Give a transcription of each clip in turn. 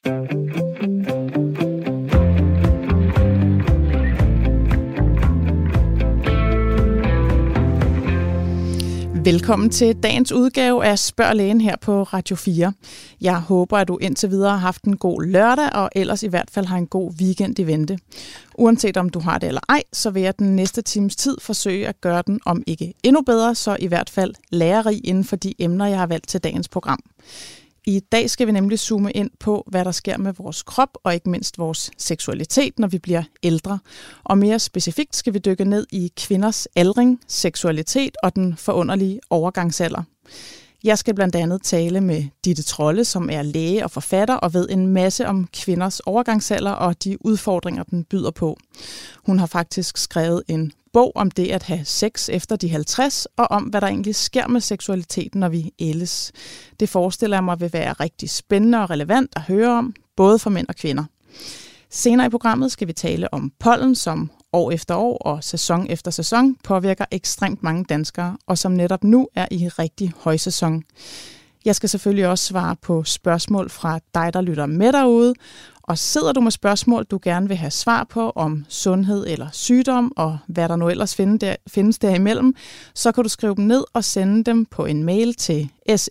Velkommen til dagens udgave af Spørg Lægen her på Radio 4. Jeg håber, at du indtil videre har haft en god lørdag, og ellers i hvert fald har en god weekend i vente. Uanset om du har det eller ej, så vil jeg den næste times tid forsøge at gøre den, om ikke endnu bedre, så i hvert fald lærerig inden for de emner, jeg har valgt til dagens program. I dag skal vi nemlig zoome ind på, hvad der sker med vores krop og ikke mindst vores seksualitet, når vi bliver ældre. Og mere specifikt skal vi dykke ned i kvinders aldring, seksualitet og den forunderlige overgangsalder. Jeg skal blandt andet tale med Ditte Trolle, som er læge og forfatter og ved en masse om kvinders overgangsalder og de udfordringer, den byder på. Hun har faktisk skrevet en bog om det at have sex efter de 50, og om hvad der egentlig sker med seksualiteten, når vi ældes. Det forestiller jeg mig vil være rigtig spændende og relevant at høre om, både for mænd og kvinder. Senere i programmet skal vi tale om pollen, som år efter år og sæson efter sæson påvirker ekstremt mange danskere, og som netop nu er i rigtig højsæson. Jeg skal selvfølgelig også svare på spørgsmål fra dig, der lytter med derude. Og sidder du med spørgsmål, du gerne vil have svar på om sundhed eller sygdom, og hvad der nu ellers findes derimellem, så kan du skrive dem ned og sende dem på en mail til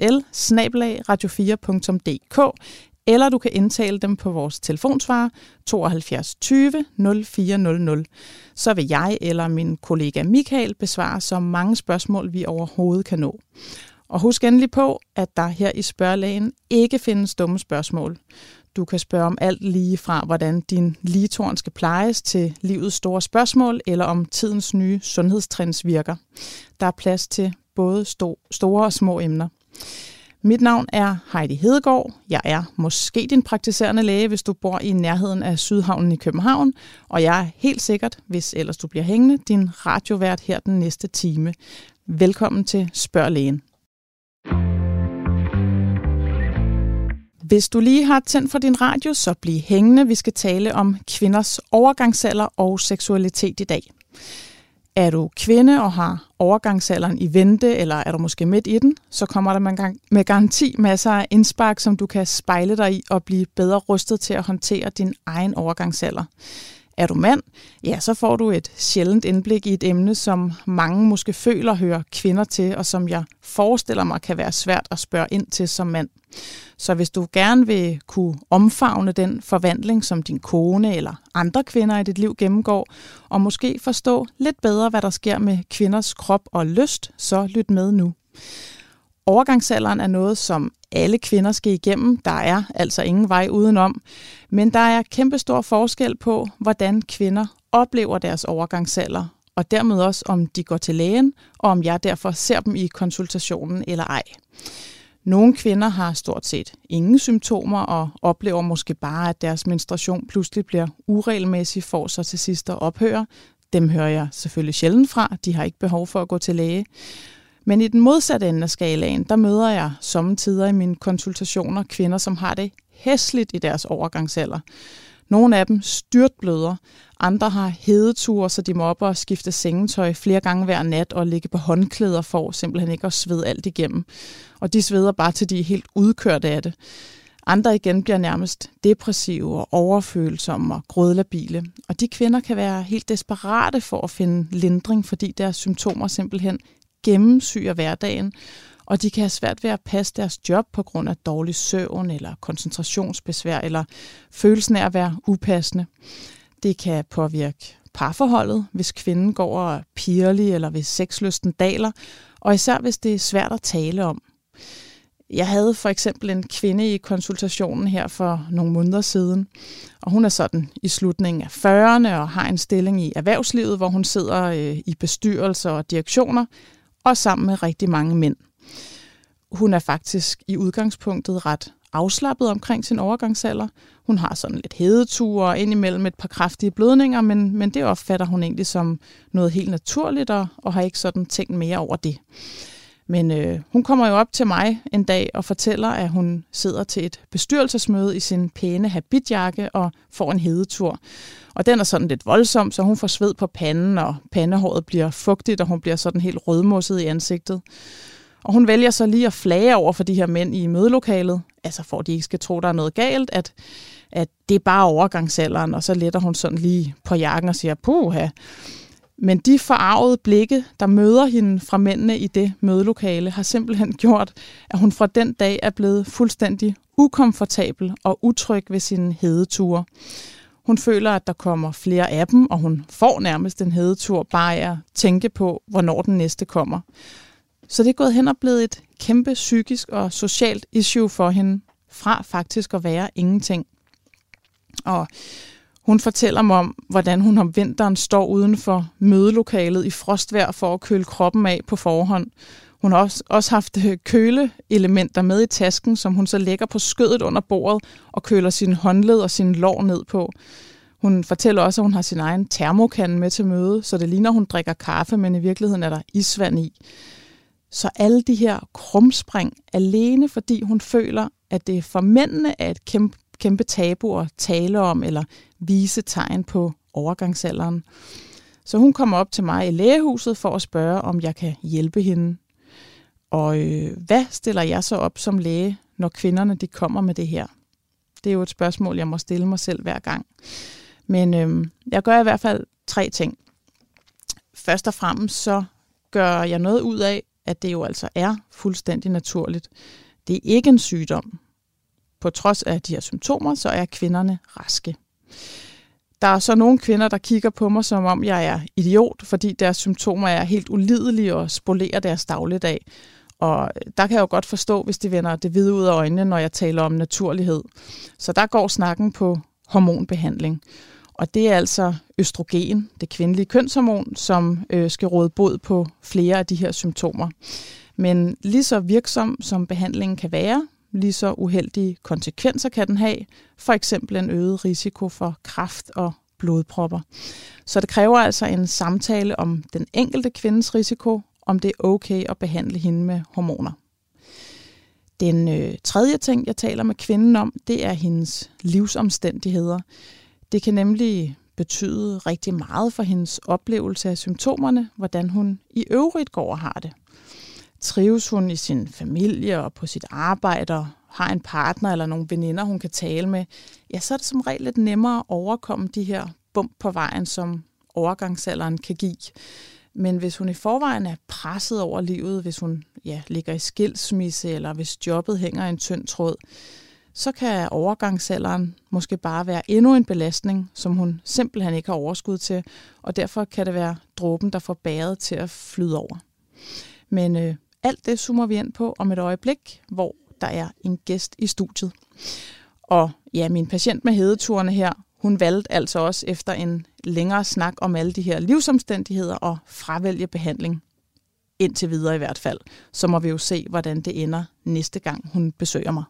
sl@radio4.dk, eller du kan indtale dem på vores telefonsvarer 72 20 0400. Så vil jeg eller min kollega Michael besvare så mange spørgsmål, vi overhovedet kan nå. Og husk endelig på, at der her i Spørgelægen ikke findes dumme spørgsmål. Du kan spørge om alt lige fra, hvordan din ligetorn skal plejes til livets store spørgsmål, eller om tidens nye sundhedstrends virker. Der er plads til både store og små emner. Mit navn er Heidi Hedegaard. Jeg er måske din praktiserende læge, hvis du bor i nærheden af Sydhavnen i København. Og jeg er helt sikkert, hvis ellers du bliver hængende, din radiovært her den næste time. Velkommen til Spørg Lægen. Hvis du lige har tændt for din radio, så bliv hængende. Vi skal tale om kvinders overgangsalder og seksualitet i dag. Er du kvinde og har overgangsalderen i vente, eller er du måske midt i den, så kommer der med garanti masser af indspark, som du kan spejle dig i og blive bedre rustet til at håndtere din egen overgangsalder. Er du mand, ja, så får du et sjældent indblik i et emne, som mange måske føler hører kvinder til, og som jeg forestiller mig kan være svært at spørge ind til som mand. Så hvis du gerne vil kunne omfavne den forvandling, som din kone eller andre kvinder i dit liv gennemgår, og måske forstå lidt bedre, hvad der sker med kvinders krop og lyst, så lyt med nu. Overgangsalderen er noget, som alle kvinder skal igennem. Der er altså ingen vej udenom. Men der er kæmpestor forskel på, hvordan kvinder oplever deres overgangsalder, og dermed også, om de går til lægen, og om jeg derfor ser dem i konsultationen eller ej. Nogle kvinder har stort set ingen symptomer og oplever måske bare, at deres menstruation pludselig bliver uregelmæssig for så til sidst at ophøre. Dem hører jeg selvfølgelig sjældent fra. De har ikke behov for at gå til læge. Men i den modsatte ende af skalaen, der møder jeg sommetider i mine konsultationer kvinder, som har det hæsligt i deres overgangsalder. Nogle af dem styrtbløder, andre har hedeture, så de må op og skifte sengetøj flere gange hver nat og ligge på håndklæder for simpelthen ikke at svede alt igennem. Og de sveder bare til de er helt udkørte af det. Andre igen bliver nærmest depressive og overfølsomme og grødlabile. Og de kvinder kan være helt desperate for at finde lindring, fordi deres symptomer simpelthen gennemsyrer hverdagen, og de kan have svært ved at passe deres job på grund af dårlig søvn eller koncentrationsbesvær eller følelsen af at være upassende. Det kan påvirke parforholdet, hvis kvinden går og er pirlig eller hvis sexlysten daler, og især hvis det er svært at tale om. Jeg havde for eksempel en kvinde i konsultationen her for nogle måneder siden, og hun er sådan i slutningen af 40'erne og har en stilling i erhvervslivet, hvor hun sidder i bestyrelser og direktioner, og sammen med rigtig mange mænd. Hun er faktisk i udgangspunktet ret afslappet omkring sin overgangsalder. Hun har sådan lidt hedeture og indimellem et par kraftige blødninger, men det opfatter hun egentlig som noget helt naturligt og har ikke sådan tænkt mere over det. Men hun kommer jo op til mig en dag og fortæller, at hun sidder til et bestyrelsesmøde i sin pæne habitjakke og får en hedetur. Og den er sådan lidt voldsom, så hun får sved på panden, og pandehåret bliver fugtigt, og hun bliver sådan helt rødmosset i ansigtet. Og hun vælger så lige at flage over for de her mænd i mødelokalet, altså for at de ikke skal tro, der er noget galt, at det er bare overgangsalderen, og så letter hun sådan lige på jakken og siger, puha. Men de forarvede blikke, der møder hende fra mændene i det mødelokale, har simpelthen gjort, at hun fra den dag er blevet fuldstændig ukomfortabel og utryg ved sine hedeture. Hun føler, at der kommer flere af dem, og hun får nærmest en hedetur bare af at tænke på, hvornår den næste kommer. Så det er gået hen og blevet et kæmpe psykisk og socialt issue for hende, fra faktisk at være ingenting. Og hun fortæller mig om, hvordan hun om vinteren står uden for mødelokalet i frostvejr for at køle kroppen af på forhånd. Hun har også haft køleelementer med i tasken, som hun så lægger på skødet under bordet og køler sin håndled og sin lår ned på. Hun fortæller også, at hun har sin egen termokande med til møde, så det ligner, hun drikker kaffe, men i virkeligheden er der isvand i. Så alle de her krumspring alene, fordi hun føler, at det for mændene er et kæmpe tabu at tale om eller vise tegn på overgangsalderen. Så hun kommer op til mig i lægehuset for at spørge, om jeg kan hjælpe hende. Og hvad stiller jeg så op som læge, når kvinderne de kommer med det her? Det er jo et spørgsmål, jeg må stille mig selv hver gang. Men jeg gør i hvert fald 3 ting. Først og fremmest så gør jeg noget ud af, at det jo altså er fuldstændig naturligt. Det er ikke en sygdom. På trods af de her symptomer, så er kvinderne raske. Der er så nogle kvinder, der kigger på mig, som om jeg er idiot, fordi deres symptomer er helt ulidelige og spolerer deres dagligdag. Og der kan jeg jo godt forstå, hvis de vender det hvide ud af øjnene, når jeg taler om naturlighed. Så der går snakken på hormonbehandling. Og det er altså østrogen, det kvindelige kønshormon, som skal råde bod på flere af de her symptomer. Men lige så virksom som behandlingen kan være, lige så uheldige konsekvenser kan den have, for eksempel en øget risiko for kræft og blodpropper. Så det kræver altså en samtale om den enkelte kvindes risiko, om det er okay at behandle hende med hormoner. Den tredje ting, jeg taler med kvinden om, det er hendes livsomstændigheder. Det kan nemlig betyde rigtig meget for hendes oplevelse af symptomerne, hvordan hun i øvrigt går og har det. Trives hun i sin familie og på sit arbejde og har en partner eller nogle veninder, hun kan tale med, ja, så er det som regel lidt nemmere at overkomme de her bump på vejen, som overgangsalderen kan give. Men hvis hun i forvejen er presset over livet, hvis hun ligger i skilsmisse eller hvis jobbet hænger i en tynd tråd, så kan overgangsalderen måske bare være endnu en belastning, som hun simpelthen ikke har overskud til, og derfor kan det være dråben, der får bæret til at flyde over. Men alt det zoomer vi ind på om et øjeblik, hvor der er en gæst i studiet. Og ja, min patient med hedeturene her, hun valgte altså også efter en længere snak om alle de her livsomstændigheder og fravælge behandling. Indtil videre i hvert fald. Så må vi jo se, hvordan det ender næste gang hun besøger mig.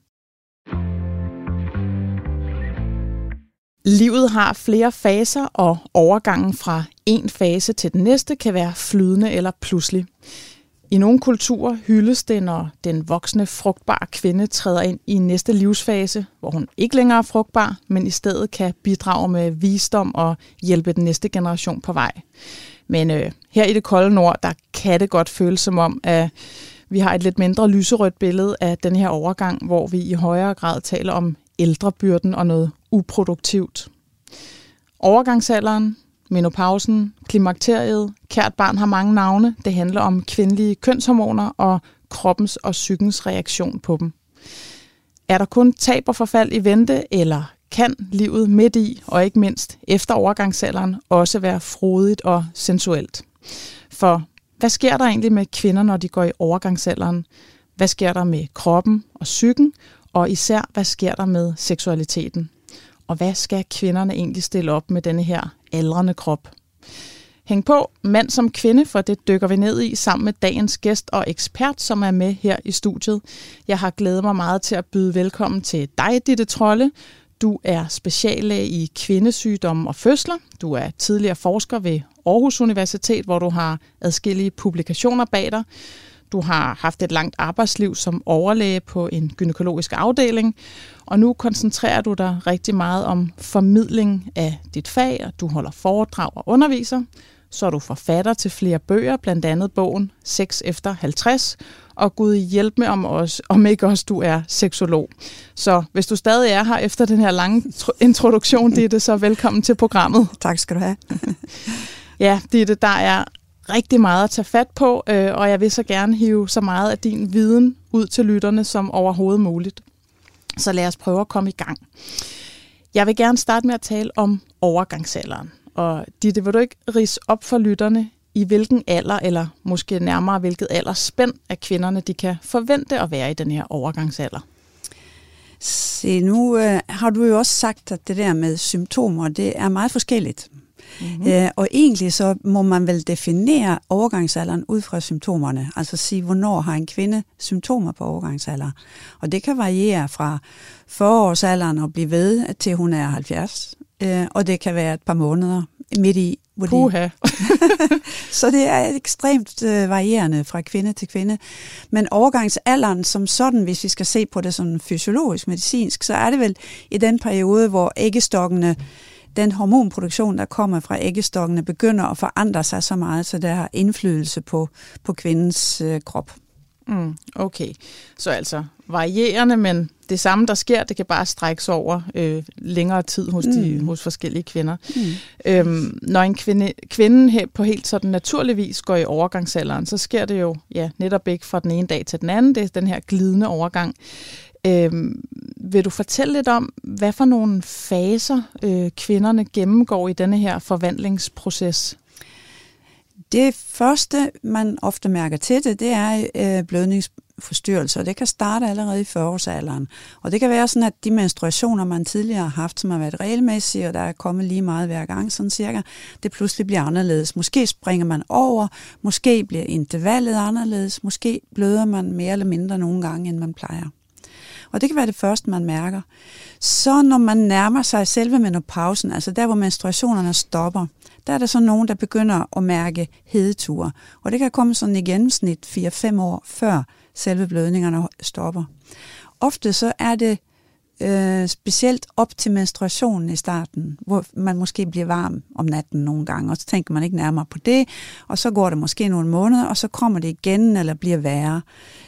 Livet har flere faser, og overgangen fra en fase til den næste kan være flydende eller pludselig. I nogle kulturer hyldes det, når den voksne, frugtbare kvinde træder ind i næste livsfase, hvor hun ikke længere er frugtbar, men i stedet kan bidrage med visdom og hjælpe den næste generation på vej. Men her i det kolde nord, der kan det godt føles som om, at vi har et lidt mindre lyserødt billede af den her overgang, hvor vi i højere grad taler om ældrebyrden og noget uproduktivt. Overgangsalderen, menopausen, klimakteriet, kært barn har mange navne. Det handler om kvindelige kønshormoner og kroppens og psykens reaktion på dem. Er der kun tab og forfald i vente, eller kan livet midt i, og ikke mindst efter overgangsalderen, også være frodigt og sensuelt? For hvad sker der egentlig med kvinder, når de går i overgangsalderen? Hvad sker der med kroppen og psyken? Og især, hvad sker der med seksualiteten? Og hvad skal kvinderne egentlig stille op med denne her aldrende krop? Hæng på, mand som kvinde, for det dykker vi ned i sammen med dagens gæst og ekspert, som er med her i studiet. Jeg har glædet mig meget til at byde velkommen til dig, Ditte Trolle. Du er speciallæge i kvindesygdomme og fødsler. Du er tidligere forsker ved Aarhus Universitet, hvor du har adskillige publikationer bag dig. Du har haft et langt arbejdsliv som overlæge på en gynækologisk afdeling, og nu koncentrerer du dig rigtig meget om formidling af dit fag, og du holder foredrag og underviser. så er du forfatter til flere bøger, blandt andet bogen Sex efter 50, og Gud hjælp med om ikke også du er seksolog. Så hvis du stadig er her efter den her lange introduktion, Ditte, så velkommen til programmet. Tak skal du have. Ja, Ditte, der er rigtig meget at tage fat på, og jeg vil så gerne hive så meget af din viden ud til lytterne som overhovedet muligt. Så lad os prøve at komme i gang. Jeg vil gerne starte med at tale om overgangsalderen. Og Ditte, vil du ikke ridse op for lytterne, i hvilken alder, eller måske nærmere hvilket aldersspænd af kvinderne, de kan forvente at være i den her overgangsalder? Se, nu har du jo også sagt, at det der med symptomer, det er meget forskelligt. Mm-hmm. Og egentlig så må man vel definere overgangsalderen ud fra symptomerne. Altså sige, hvornår har en kvinde symptomer på overgangsalder. Og det kan variere fra 40-årsalderen og blive ved til hun er 70. Og det kan være et par måneder midt i. Puha. Så det er ekstremt varierende fra kvinde til kvinde. Men overgangsalderen som sådan, hvis vi skal se på det sådan fysiologisk, medicinsk, så er det vel i den periode, hvor æggestokkene, den hormonproduktion, der kommer fra æggestokkene, begynder at forandre sig så meget, så der har indflydelse på kvindens krop. Okay, så altså varierende, men det samme, der sker, det kan bare strækkes over længere tid hos forskellige kvinder. Når en kvinde her på helt sådan naturlig vis går i overgangsalderen, så sker det jo netop ikke fra den ene dag til den anden. Det er den her glidende overgang. Vil du fortælle lidt om, hvad for nogle faser kvinderne gennemgår i denne her forvandlingsproces? Det første, man ofte mærker til det er blødningsforstyrrelser. Det kan starte allerede i 40-årsalderen. Og det kan være sådan, at de menstruationer, man tidligere har haft, som har været regelmæssige, og der er kommet lige meget hver gang, sådan cirka, det pludselig bliver anderledes. Måske springer man over, måske bliver intervallet anderledes, måske bløder man mere eller mindre nogle gange, end man plejer. Og det kan være det første, man mærker. Så når man nærmer sig selve menopausen, altså der, hvor menstruationerne stopper, der er der så nogen, der begynder at mærke hedeture. Og det kan komme sådan i gennemsnit 4-5 år før selve blødningerne stopper. Ofte så er det specielt op til menstruationen i starten, hvor man måske bliver varm om natten nogle gange, og så tænker man ikke nærmere på det, og så går det måske nogle måneder, og så kommer det igen, eller bliver værre.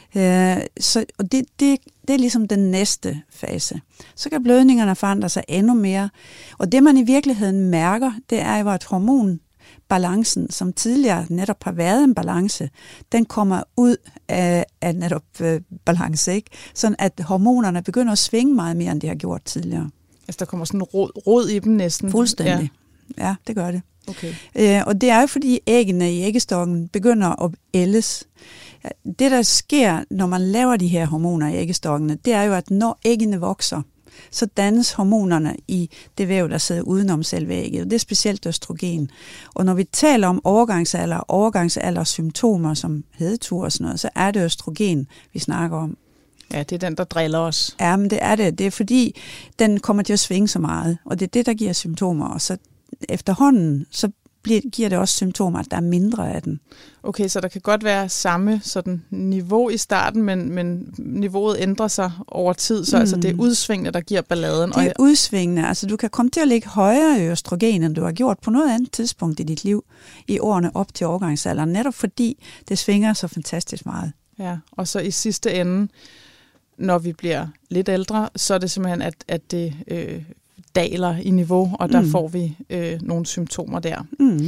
Og det er ligesom den næste fase. Så kan blødningerne forandre sig endnu mere, og det man i virkeligheden mærker, det er jo, at hormonbalancen, som tidligere netop har været en balance, den kommer ud af netop balance, ikke? Sådan at hormonerne begynder at svinge meget mere, end de har gjort tidligere. Altså der kommer sådan rod i dem næsten? Fuldstændig. Ja, det gør det. Okay. Og det er jo fordi æggene i æggestokken begynder at ældes. Det der sker, når man laver de her hormoner i æggestokkene, det er jo, at når æggene vokser, så dannes hormonerne i det væv, der sidder udenom selve ægget. Det er specielt østrogen. Og når vi taler om overgangsaldersymptomer som hedetur og sådan noget, så er det østrogen, vi snakker om. Ja, det er den, der driller os. Ja, men det er det. Det er fordi, den kommer til at svinge så meget, og det er det, der giver symptomer. Og så efterhånden, så giver det også symptomer, at der er mindre af den. Okay, så der kan godt være samme sådan niveau i starten, men niveauet ændrer sig over tid, så altså det er udsvingende, der giver balladen. Det er udsvingende. Altså du kan komme til at ligge højere i østrogen, end du har gjort på noget andet tidspunkt i dit liv, i årene op til overgangsalderen, netop fordi det svinger så fantastisk meget. Ja, og så i sidste ende, når vi bliver lidt ældre, så er det simpelthen, at det daler i niveau, og der får vi nogle symptomer der.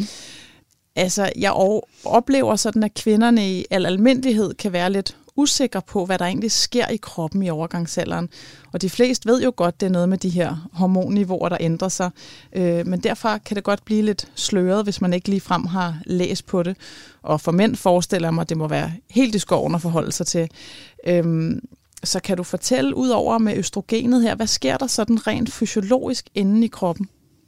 Altså, jeg oplever sådan, at kvinderne i al almindelighed kan være lidt usikre på, hvad der egentlig sker i kroppen i overgangsalderen. Og de fleste ved jo godt, det er noget med de her hormonniveauer, der ændrer sig. Men derfra kan det godt blive lidt sløret, hvis man ikke ligefrem har læst på det. Og for mænd forestiller jeg mig, at det må være helt i skoven at forholde sig til. Så kan du fortælle ud over med østrogenet her, hvad sker der sådan rent fysiologisk inde i kroppen?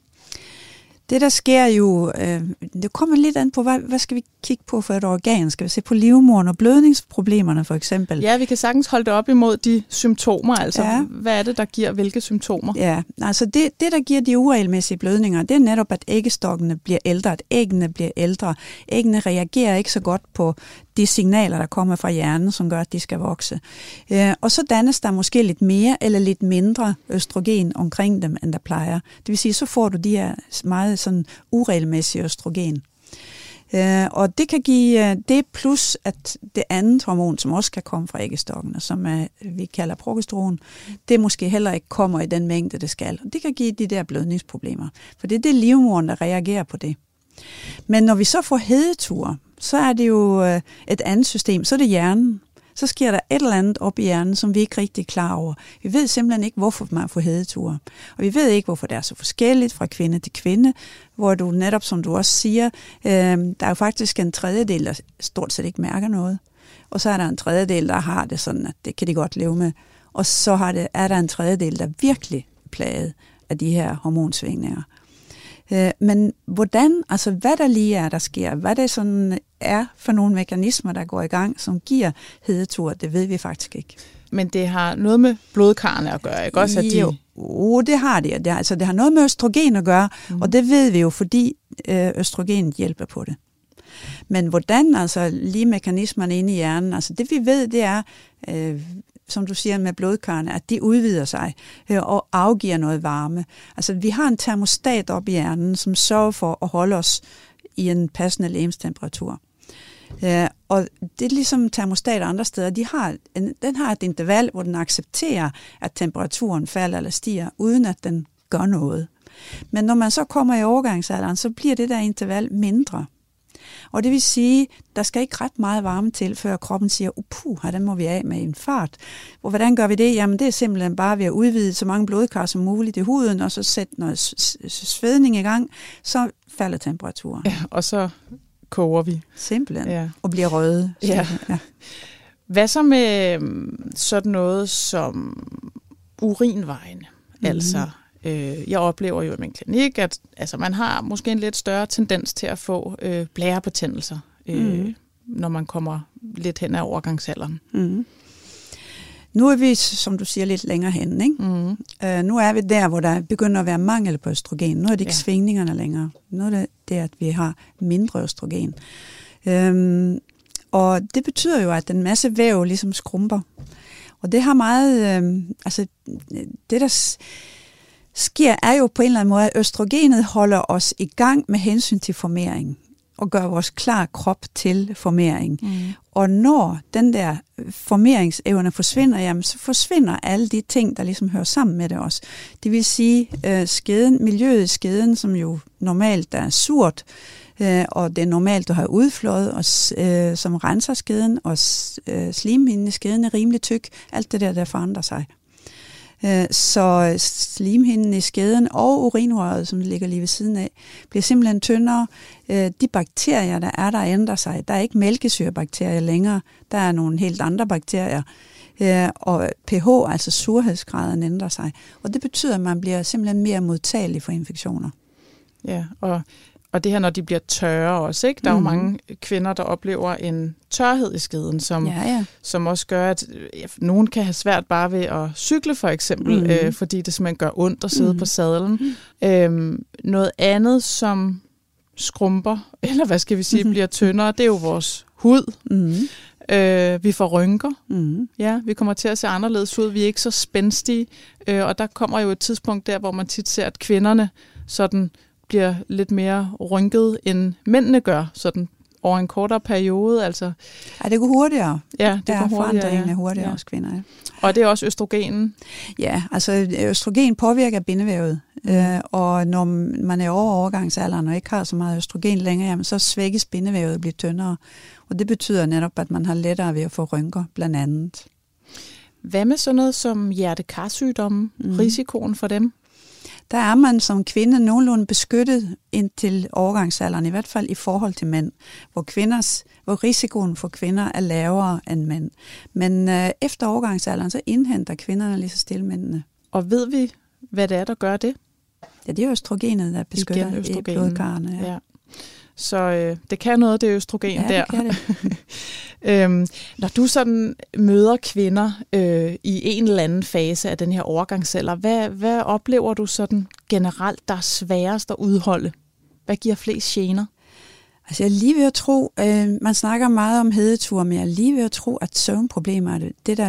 Det der sker jo, det kommer lidt an på, hvad skal vi kigge på for et organ? Skal vi se på livmoderen og blødningsproblemerne for eksempel? Ja, vi kan sagtens holde det op imod de symptomer, altså hvad er det, der giver hvilke symptomer? Ja, altså det der giver de uregelmæssige blødninger, det er netop, at æggestokkene bliver ældre, at æggene bliver ældre. Æggene reagerer ikke så godt på de signaler, der kommer fra hjernen, som gør, at de skal vokse. Og så dannes der måske lidt mere eller lidt mindre østrogen omkring dem, end der plejer. Det vil sige, så får du de her meget sådan uregelmæssige østrogen. Og det kan give det plus, at det andet hormon, som også kan komme fra æggestokkene, som vi kalder progesteron, det måske heller ikke kommer i den mængde, det skal. Og det kan give de der blødningsproblemer, for det er det livmoderen, der reagerer på det. Men når vi så får hedeture, så er det jo et andet system, så er det hjernen. Så sker der et eller andet op i hjernen, som vi ikke rigtig er klar over. Vi ved simpelthen ikke, hvorfor man får hedeture. Og vi ved ikke, hvorfor det er så forskelligt fra kvinde til kvinde, hvor du netop, som du også siger, der er jo faktisk en tredjedel, der stort set ikke mærker noget. Og så er der en tredjedel, der har det sådan, at det kan de godt leve med. Og så er der en tredjedel, der virkelig plaget af de her hormonsvingninger. Men hvordan, altså hvad der lige er, der sker, hvad det sådan er for nogle mekanismer, der går i gang, som giver hedeture, det ved vi faktisk ikke. Men det har noget med blodkarrene at gøre, ikke også? Det har det. Det har noget med østrogen at gøre, og det ved vi jo, fordi østrogen hjælper på det. Men hvordan, altså lige mekanismerne inde i hjernen, altså det vi ved, det er, som du siger med blodkarrene, at de udvider sig og afgiver noget varme. Altså vi har en termostat op i hjernen, som sørger for at holde os i en passende legemstemperatur. Og det er ligesom termostater andre steder, den har et interval, hvor den accepterer, at temperaturen falder eller stiger, uden at den gør noget. Men når man så kommer i overgangsalderen, så bliver det der interval mindre. Og det vil sige, der skal ikke ret meget varme til, før kroppen siger, den må vi af med en fart. Og hvordan gør vi det? Jamen det er simpelthen bare ved at udvide så mange blodkar som muligt i huden, og så sætte noget svedning i gang, så falder temperaturen. Ja, og så koger vi. Simpelthen. Og bliver røde. Ja. Hvad så med sådan noget som urinvejen? Altså, jeg oplever jo i min klinik, at man har måske en lidt større tendens til at få blærebetændelser, når man kommer lidt hen ad overgangsalderen. Nu er vi, som du siger, lidt længere hen, ikke? Nu er vi der, hvor der begynder at være mangel på østrogen. Nu er det ikke svingningerne længere. Nu er det, at vi har mindre østrogen. Og det betyder jo, at den masse væv ligesom skrumper. Og det har meget... det der sker, er jo på en eller anden måde, at østrogenet holder os i gang med hensyn til formering og gør vores klar krop til formering. Og når den der formeringsevne forsvinder, jamen, så forsvinder alle de ting, der ligesom hører sammen med det også. Det vil sige, miljøet i skeden, som jo normalt er surt, og det er normalt at have udflået, og, som renser skeden, og slimhinden i skeden er rimelig tyk. Alt det der forandrer sig. Så slimhinden i skeden og urinrøret, som ligger lige ved siden af, bliver simpelthen tyndere. De bakterier, der ændrer sig. Der er ikke mælkesyrebakterier længere. Der er nogle helt andre bakterier. Og pH, altså surhedsgraden, ændrer sig. Og det betyder, at man bliver simpelthen mere modtagelig for infektioner. Ja, og det her, når de bliver tørre også, ikke? Der er jo mange kvinder, der oplever en tørhed i skeden, som også gør, at nogen kan have svært bare ved at cykle, for eksempel, fordi det simpelthen gør ondt at sidde på sadlen. Noget andet, som skrumper, eller hvad skal vi sige, bliver tyndere, det er jo vores hud. Vi får rynker. Ja, vi kommer til at se anderledes ud. Vi er ikke så spændstige. Og der kommer jo et tidspunkt der, hvor man tit ser, at kvinderne sådan bliver lidt mere rynket, end mændene gør, sådan over en kortere periode. Altså. Ja, det går hurtigere. Ja, det går hurtigere. Forandringen er hurtigere hos kvinder. Ja. Og det er også østrogenen? Ja, altså østrogen påvirker bindevævet. Og når man er over overgangsalderen og ikke har så meget østrogen længere, jamen, så svækkes bindevævet og bliver tyndere. Og det betyder netop, at man har lettere ved at få rynker, blandt andet. Hvad med sådan noget som hjerte-karsygdomme? Risikoen for dem? Der er man som kvinde nogenlunde beskyttet indtil overgangsalderen, i hvert fald i forhold til mænd, hvor risikoen for kvinder er lavere end mænd. Men efter overgangsalderen, så indhenter kvinderne lige så stille mændene. Og ved vi, hvad det er, der gør det? Ja, det er østrogenet, der beskytter i blodkarrene. Ja. Så det kan noget, det østrogen der. Ja, det kan det. Når du sådan møder kvinder i en eller anden fase af den her overgangsalder, hvad oplever du sådan generelt, der er sværest at udholde? Hvad giver flest gener? Altså jeg er lige ved at tro, man snakker meget om hedeture, men jeg er lige ved at tro, at søvnproblemer er det, der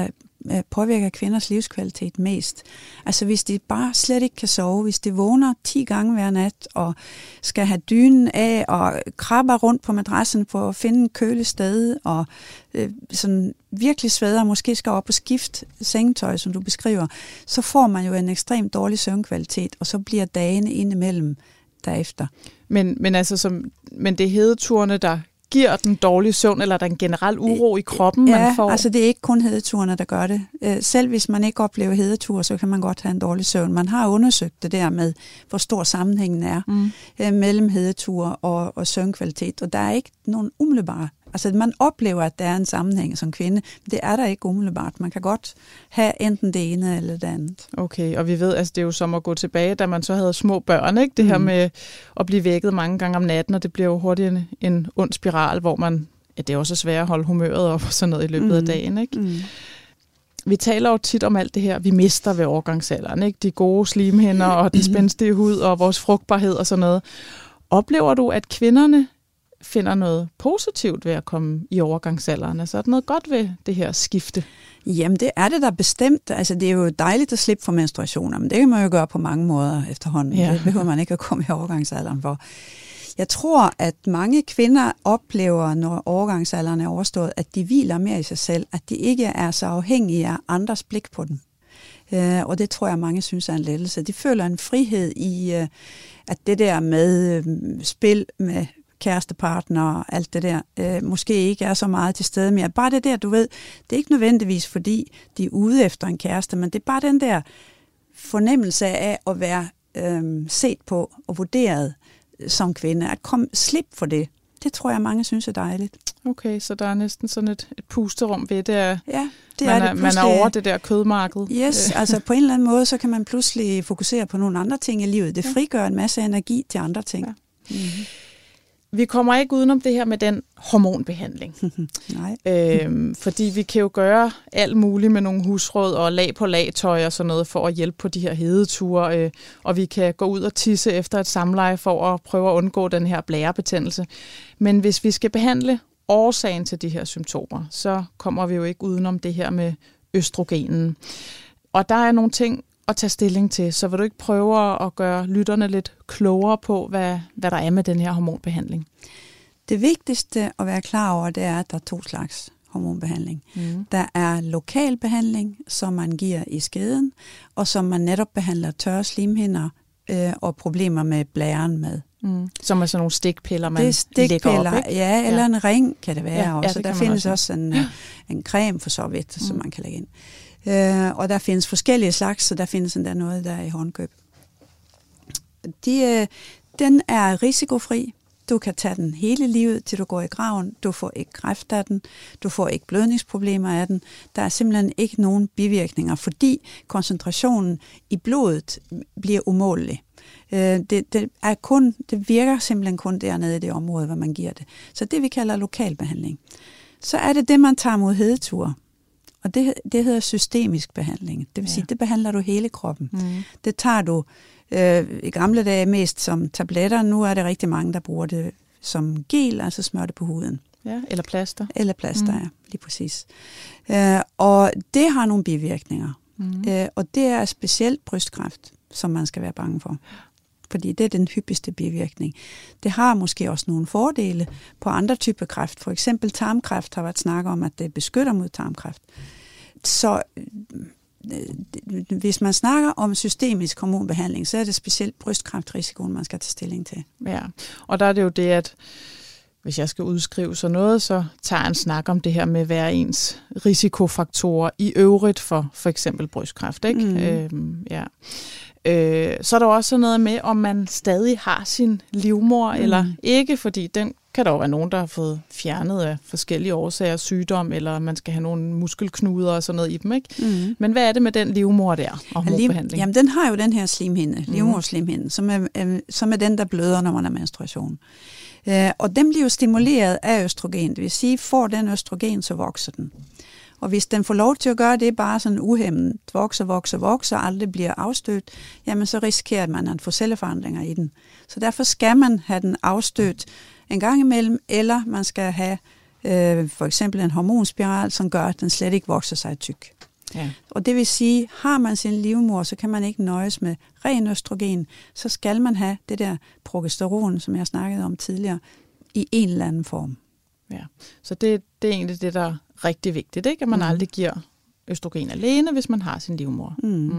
påvirker kvinders livskvalitet mest. Altså hvis de bare slet ikke kan sove, hvis de vågner 10 gange hver nat og skal have dynen af og krabber rundt på madrassen for at finde en køligt sted og sådan virkelig sveder, måske skal op og skifte sengetøj, som du beskriver, så får man jo en ekstremt dårlig søvnkvalitet, og så bliver dagene indimellem derefter. Men det er hedeturene, der giver den dårlige søvn, eller der er en generel uro i kroppen, man får? Altså det er ikke kun hedeturene, der gør det. Selv hvis man ikke oplever hedetur, så kan man godt have en dårlig søvn. Man har undersøgt det der med, hvor stor sammenhængen er mellem hedetur og søvnkvalitet, og der er ikke nogen umiddelbare. Altså man oplever, at der er en sammenhæng som kvinde, men det er der ikke umiddelbart. Man kan godt have enten det ene eller det andet. Okay, og vi ved, altså det er jo som at gå tilbage, da man så havde små børn, ikke? Det her med at blive vækket mange gange om natten, og det bliver jo hurtigt en ond spiral, hvor man, det er også svært at holde humøret op og sådan noget i løbet af dagen, ikke? Vi taler jo tit om alt det her, vi mister ved overgangsalderen, ikke? De gode slimhinder og den spændstige hud og vores frugtbarhed og sådan noget. Oplever du, at kvinderne finder noget positivt ved at komme i overgangsalderen? Altså er der noget godt ved det her skifte? Jamen det er det der bestemt. Altså det er jo dejligt at slippe for menstruationer, men det kan man jo gøre på mange måder efterhånden. Ja. Det behøver man ikke at komme i overgangsalderen for. Jeg tror, at mange kvinder oplever, når overgangsalderen er overstået, at de hviler mere i sig selv, at de ikke er så afhængige af andres blik på dem. Og det tror jeg, mange synes er en lettelse. De føler en frihed i, at det der med spil med kærestepartner og alt det der, måske ikke er så meget til stede mere. Bare det der, du ved, det er ikke nødvendigvis, fordi de er ude efter en kæreste, men det er bare den der fornemmelse af at være set på og vurderet som kvinde. At slip for det. Det tror jeg, mange synes er dejligt. Okay, så der er næsten sådan et pusterum ved det. Ja, det er det. Man er over det der kødmarked. Yes, altså på en eller anden måde, så kan man pludselig fokusere på nogle andre ting i livet. Det frigør en masse energi til andre ting. Ja. Mm-hmm. Vi kommer ikke udenom det her med den hormonbehandling. Nej. Fordi vi kan jo gøre alt muligt med nogle husråd og lag på lag-tøj og sådan noget for at hjælpe på de her hedeture. Og vi kan gå ud og tisse efter et samleje for at prøve at undgå den her blærebetændelse. Men hvis vi skal behandle årsagen til de her symptomer, så kommer vi jo ikke udenom det her med østrogenen. Og der er nogle ting at tage stilling til, så vil du ikke prøve at gøre lytterne lidt klogere på, hvad der er med den her hormonbehandling? Det vigtigste at være klar over, det er, at der er 2 slags hormonbehandling. Der er lokal behandling, som man giver i skeden, og som man netop behandler tørre slimhinder og problemer med blæren med. Som er sådan nogle stikpiller, man lægger op, ikke? Ja, eller en ring kan det være også. Der findes også en creme for så vidt, som man kan lægge ind. Og der findes forskellige slags, så der findes endda noget, der er i håndkøb. Den er risikofri. Du kan tage den hele livet, til du går i graven. Du får ikke kræft af den. Du får ikke blødningsproblemer af den. Der er simpelthen ikke nogen bivirkninger, fordi koncentrationen i blodet bliver umålelig. Det virker simpelthen kun dernede i det område, hvor man giver det. Så det, vi kalder lokalbehandling. Så er det, man tager mod hedetur. Og det hedder systemisk behandling. Det vil sige, det behandler du hele kroppen. Det tager du i gamle dage mest som tabletter. Nu er det rigtig mange, der bruger det som gel, altså smør det på huden. Ja, eller plaster. Eller plaster, ja, lige præcis. Og det har nogle bivirkninger. Og det er specielt brystkræft, som man skal være bange for. Fordi det er den hyppigste bivirkning. Det har måske også nogle fordele på andre typer kræft. For eksempel tarmkræft har været snakket om, at det beskytter mod tarmkræft. Så hvis man snakker om systemisk hormonbehandling, så er det specielt brystkræftrisikoen, man skal tage stilling til. Ja, og der er det jo det, at hvis jeg skal udskrive sådan noget, så tager jeg en snak om det her med hver ens risikofaktorer i øvrigt for eksempel brystkræft, ikke? Så er der også noget med, om man stadig har sin livmor eller ikke, fordi den kan der jo være nogen, der har fået fjernet af forskellige årsager, sygdom, eller man skal have nogle muskelknuder og sådan noget i dem, ikke? Men hvad er det med den livmor der og hormonbehandling? Jamen, den har jo den her slimhinde, livmorslimhinde, som er den, der bløder, når man har menstruation. Og den bliver jo stimuleret af østrogen. Det vil sige, får den østrogen, så vokser den. Og hvis den får lov til at gøre det bare sådan uhæmmet, vokser, aldrig bliver afstødt, jamen så risikerer man at få celleforandringer i den. Så derfor skal man have den afstødt en gang imellem, eller man skal have for eksempel en hormonspiral, som gør, at den slet ikke vokser sig tyk. Ja. Og det vil sige, har man sin livmor, så kan man ikke nøjes med ren østrogen, så skal man have det der progesteron, som jeg snakkede om tidligere, i en eller anden form. Ja. Så det er egentlig det, der er rigtig vigtigt, ikke? At man aldrig giver østrogen alene, hvis man har sin livmor.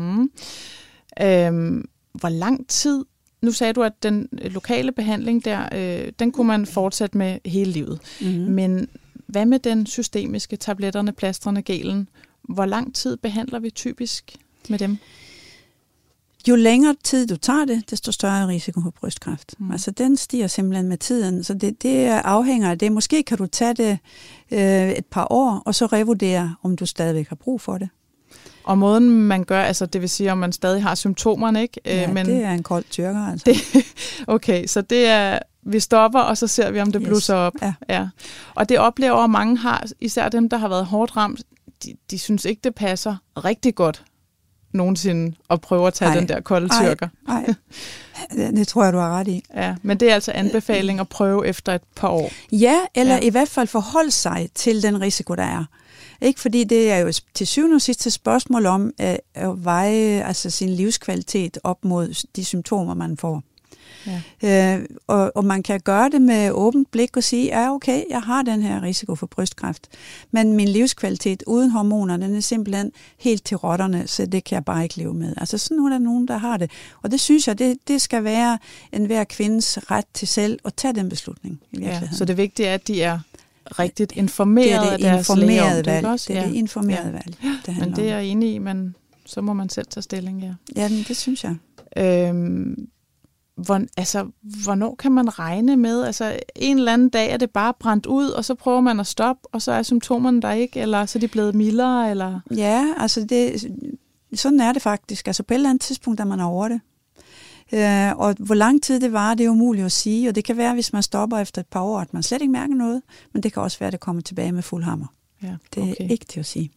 Hvor lang tid, nu sagde du, at den lokale behandling der, den kunne man fortsætte med hele livet. Men hvad med den systemiske, tabletterne, plastrene, gelen? Hvor lang tid behandler vi typisk med dem? Jo længere tid du tager det, desto større risiko for brystkræft. Altså den stiger simpelthen med tiden, så det afhænger af det. Måske kan du tage det et par år, og så revurdere, om du stadigvæk har brug for det. Og måden man gør, altså det vil sige, om man stadig har symptomerne, ikke? Ja, men det er en kold tyrker, altså. Okay, så det er, vi stopper, og så ser vi, om det blusser op. Ja. Og det oplever, at mange har, især dem, der har været hårdt ramt, de synes ikke, det passer rigtig godt nogensinde at prøve at tage den der kolde tyrker. Nej, det tror jeg, du har ret i. Ja, men det er altså anbefaling at prøve efter et par år. Ja, eller i hvert fald forholde sig til den risiko, der er. Ikke, fordi det er jo til syvende og sidst et spørgsmål om at veje altså sin livskvalitet op mod de symptomer, man får. Ja. Og man kan gøre det med åbent blik og sige, ja okay, jeg har den her risiko for brystkræft, men min livskvalitet uden hormoner, den er simpelthen helt til rotterne, så det kan jeg bare ikke leve med. Altså sådan er der nogen, der har det. Og det synes jeg, det skal være enhver kvindes ret til selv at tage den beslutning i virkeligheden. Ja, så det vigtige er, at de er rigtigt informeret af deres læge om det, ikke også? Det er det informerede valg. Det men det er jeg enig i, men så må man selv tage stilling, ja. Ja, det synes jeg. Hvornår kan man regne med, altså en eller anden dag er det bare brændt ud, og så prøver man at stoppe, og så er symptomerne der ikke, eller så er de blevet mildere, eller? Ja, altså sådan er det faktisk. Altså på et eller andet tidspunkt er man over det. Og hvor lang tid det var, det er umuligt at sige, og det kan være, hvis man stopper efter et par år, at man slet ikke mærker noget, men det kan også være, at det kommer tilbage med fuld hammer. Ja, okay. Det er ikke til at sige.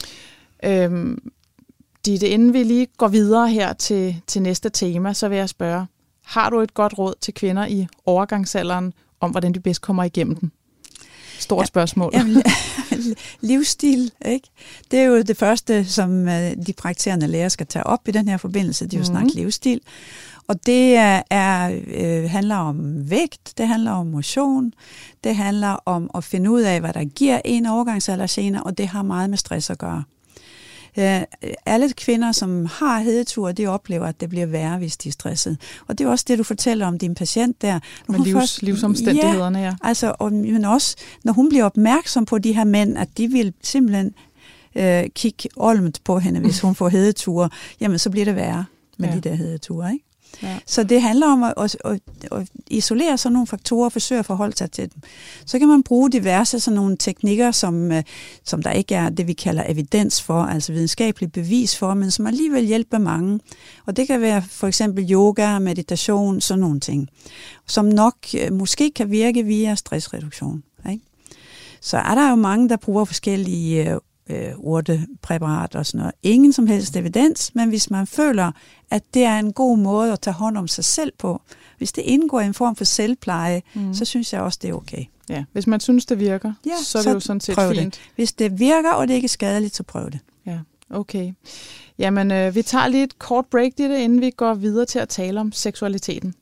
Ditte, inden vi lige går videre her til næste tema, så vil jeg spørge, har du et godt råd til kvinder i overgangsalderen om, hvordan de bedst kommer igennem den? Stort spørgsmål. Jamen, livsstil, ikke? Det er jo det første, som de praktiserende læger skal tage op i den her forbindelse. De er jo snakket livsstil. Og det handler om vægt, det handler om motion, det handler om at finde ud af, hvad der giver en overgangsaldergener, og det har meget med stress at gøre. Alle kvinder, som har hedetur, de oplever, at det bliver værre, hvis de er stresset. Og det er også det, du fortæller om din patient der. Med livsomstændighederne, ja. Altså, men også, når hun bliver opmærksom på de her mænd, at de vil simpelthen kigge olmt på hende, hvis hun får hedetur, jamen så bliver det værre med de der hedeture, ikke? Ja. Så det handler om at isolere sådan nogle faktorer og forsøge at forholde sig til dem. Så kan man bruge diverse sådan nogle teknikker, som der ikke er det, vi kalder evidens for, altså videnskabelig bevis for, men som alligevel hjælper mange. Og det kan være for eksempel yoga, meditation, sådan nogle ting, som nok måske kan virke via stressreduktion. Ikke? Så er der jo mange, der bruger forskellige urtepræparat og sådan noget. Ingen som helst evidens, men hvis man føler, at det er en god måde at tage hånd om sig selv på, hvis det indgår i en form for selvpleje, så synes jeg også, det er okay. Ja, hvis man synes, det virker, så er det jo sådan set fint. Det. Hvis det virker, og det ikke er skadeligt, så prøv det. Ja, okay. Jamen, vi tager lige et kort break i det, inden vi går videre til at tale om seksualiteten.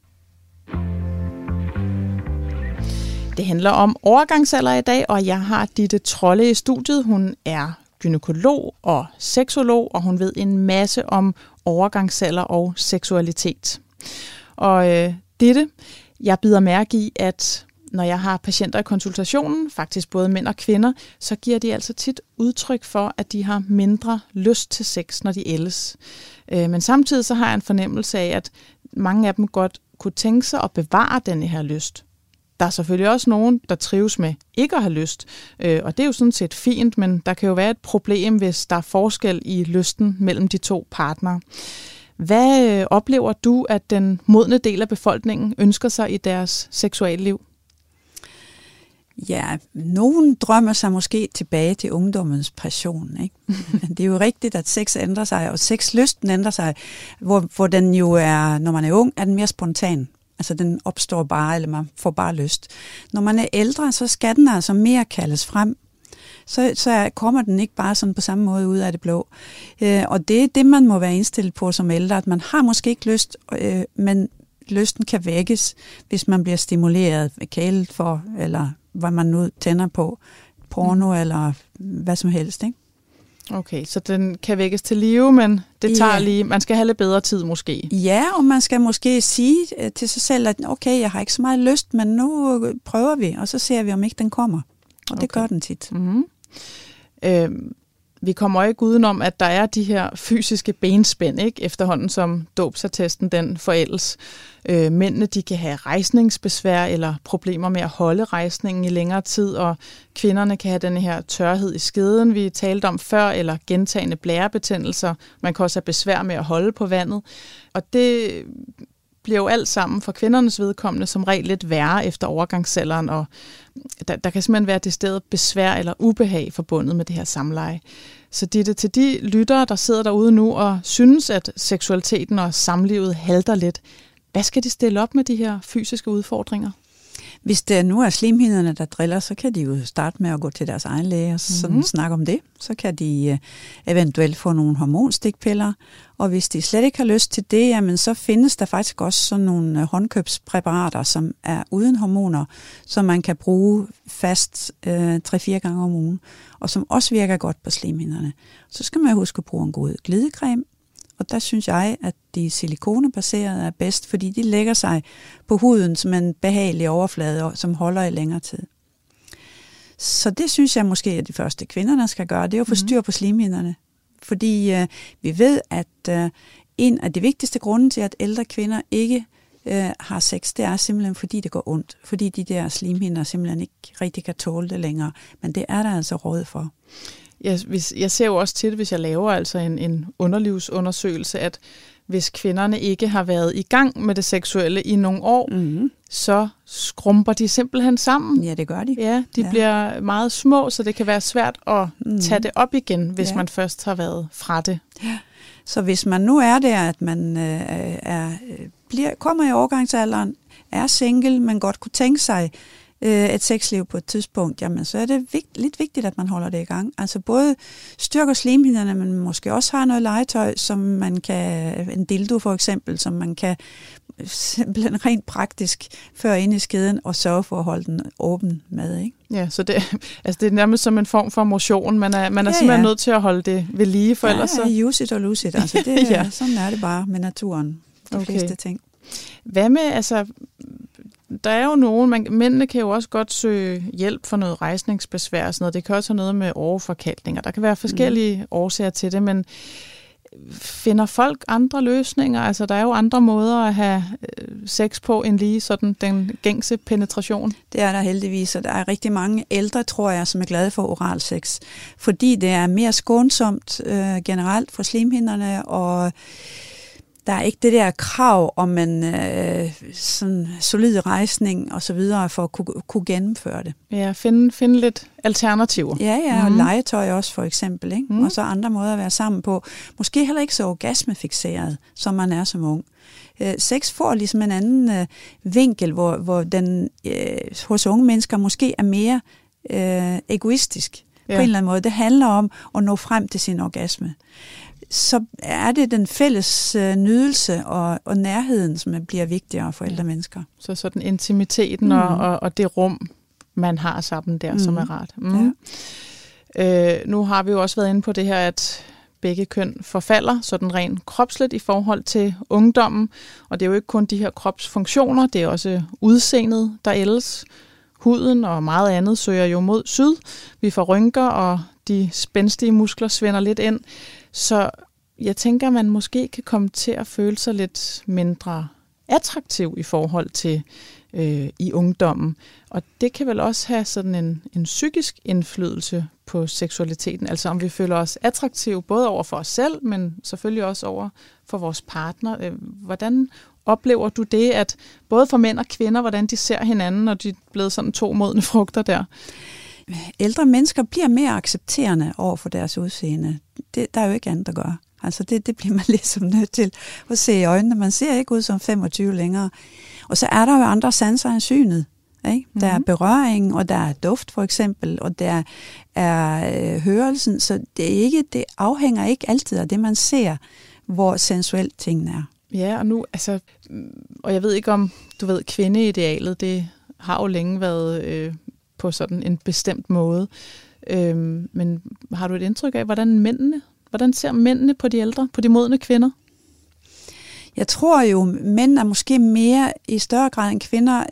Det handler om overgangsalder i dag, og jeg har Ditte Trolle i studiet. Hun er gynækolog og seksolog, og hun ved en masse om overgangsalder og seksualitet. Og Ditte, jeg bider mærke i, at når jeg har patienter i konsultationen, faktisk både mænd og kvinder, så giver de altså tit udtryk for, at de har mindre lyst til sex, når de ældes. Men samtidig så har jeg en fornemmelse af, at mange af dem godt kunne tænke sig at bevare denne her lyst. Der er selvfølgelig også nogen, der trives med ikke at have lyst, og det er jo sådan set fint, men der kan jo være et problem, hvis der er forskel i lysten mellem de to partnere. Hvad oplever du, at den modne del af befolkningen ønsker sig i deres seksualliv? Ja, nogen drømmer sig måske tilbage til ungdommens passion, ikke? Det er jo rigtigt, at sex ændrer sig, og sexlysten ændrer sig, hvor den jo er, når man er ung, er den mere spontan. Altså den opstår bare, eller man får bare lyst. Når man er ældre, så skal den altså mere kaldes frem. så kommer den ikke bare sådan på samme måde ud af det blå. Og det er det, man må være indstillet på som ældre, at man har måske ikke lyst, men lysten kan vækkes, hvis man bliver stimuleret, kælet for, eller hvad man nu tænder på, porno eller hvad som helst, ikke? Okay, så den kan vækkes til live, men det tager lige, man skal have lidt bedre tid måske. Ja, og man skal måske sige til sig selv, at okay, jeg har ikke så meget lyst, men nu prøver vi, og så ser vi, om ikke den kommer. Og det gør den tit. Mm-hmm. Vi kommer ikke udenom, at der er de her fysiske benspænd, ikke? Efterhånden som dåbsattesten den forældes. Mændene de kan have rejsningsbesvær eller problemer med at holde rejsningen i længere tid, og kvinderne kan have den her tørhed i skeden, vi talte om før, eller gentagende blærebetændelser. Man kan også have besvær med at holde på vandet. Og det bliver jo alt sammen for kvindernes vedkommende som regel lidt værre efter overgangsalderen, og der kan simpelthen være decideret besvær eller ubehag forbundet med det her samleje. Så Ditte, til de lyttere, der sidder derude nu og synes, at seksualiteten og samlivet halter lidt, hvad skal de stille op med de her fysiske udfordringer? Hvis det nu er slimhinderne, der driller, så kan de jo starte med at gå til deres egen læge og sådan snakke om det. Så kan de eventuelt få nogle hormonstikpiller. Og hvis de slet ikke har lyst til det, jamen, så findes der faktisk også sådan nogle håndkøbspræparater, som er uden hormoner, som man kan bruge fast 3-4 gange om ugen, og som også virker godt på slimhinderne. Så skal man huske at bruge en god glidecreme. Og der synes jeg, at de silikonebaserede er bedst, fordi de lægger sig på huden som en behagelig overflade, som holder i længere tid. Så det synes jeg måske, at de første kvinderne skal gøre, det er at få styr på slimhinderne. Fordi vi ved, at en af de vigtigste grunde til, at ældre kvinder ikke har sex, det er simpelthen, fordi det går ondt. Fordi de der slimhinder simpelthen ikke rigtig kan tåle det længere. Men det er der altså råd for. Jeg ser jo også til, hvis jeg laver altså en underlivsundersøgelse, at hvis kvinderne ikke har været i gang med det seksuelle i nogle år, så skrumper de simpelthen sammen. Ja, det gør de. Ja, de bliver meget små, så det kan være svært at tage det op igen, hvis man først har været fra det. Ja. Så hvis man nu er der, at man kommer i overgangsalderen, er single, men godt kunne tænke sig et sexliv på et tidspunkt, jamen så er det lidt vigtigt, at man holder det i gang. Altså både styrker slimhinderne, men måske også har noget legetøj, som man kan, en dildo for eksempel, som man kan simpelthen rent praktisk føre ind i skeden og sørge for at holde den åben med, ikke? Ja, så det er nærmest som en form for motion. Man er simpelthen nødt til at holde det ved lige, for ellers så... Ja, use it or lose it. Altså det, sådan er det bare med naturen, de fleste ting. Hvad med, altså... Der er jo nogen, mændene kan jo også godt søge hjælp for noget rejsningsbesvær og sådan noget. Det kan også have noget med åreforkalkninger. Der kan være forskellige årsager til det, men finder folk andre løsninger? Altså, der er jo andre måder at have sex på, end lige sådan den gængse penetration. Det er der heldigvis, og der er rigtig mange ældre, tror jeg, som er glade for oralsex. Fordi det er mere skånsomt generelt for slimhinderne, og der er ikke det der krav om en sådan solid rejsning og så videre for at kunne gennemføre det. Ja, finde lidt alternativer. Ja, og legetøj også for eksempel, ikke? Og så andre måder at være sammen på. Måske heller ikke så orgasmefixeret, som man er som ung. Sex får ligesom en anden vinkel, hvor den hos unge mennesker måske er mere egoistisk på en eller anden måde. Det handler om at nå frem til sin orgasme. Så er det den fælles nydelse og nærheden, som bliver vigtigere for ældre mennesker. Så sådan intimiteten og det rum, man har sammen der, som er rart. Nu har vi jo også været inde på det her, at begge køn forfalder sådan rent kropsligt i forhold til ungdommen. Og det er jo ikke kun de her kropsfunktioner, det er også udseendet, der ældes. Huden og meget andet søger jo mod syd. Vi får rynker, og de spændstige muskler svinder lidt ind. Så jeg tænker, at man måske kan komme til at føle sig lidt mindre attraktiv i forhold til i ungdommen. Og det kan vel også have sådan en psykisk indflydelse på seksualiteten. Altså om vi føler os attraktive både over for os selv, men selvfølgelig også over for vores partner. Hvordan oplever du det, at både for mænd og kvinder, hvordan de ser hinanden, når de er blevet sådan 2 modne frugter der? Ældre mennesker bliver mere accepterende over for deres udseende. Der er jo ikke andet at gøre. Altså det bliver man ligesom nødt til at se i øjnene. Man ser ikke ud som 25 længere. Og så er der jo andre sanser end synet. Ikke? Der er berøring, og der er duft for eksempel, og der er hørelsen, så det afhænger ikke altid af det, man ser, hvor sensuelt tingene er. Ja, og nu, og jeg ved ikke om, du ved, kvindeidealet, det har jo længe været på sådan en bestemt måde. Men har du et indtryk af, hvordan ser mændene på de ældre, på de modne kvinder? Jeg tror jo, mænd er måske mere i større grad end kvinder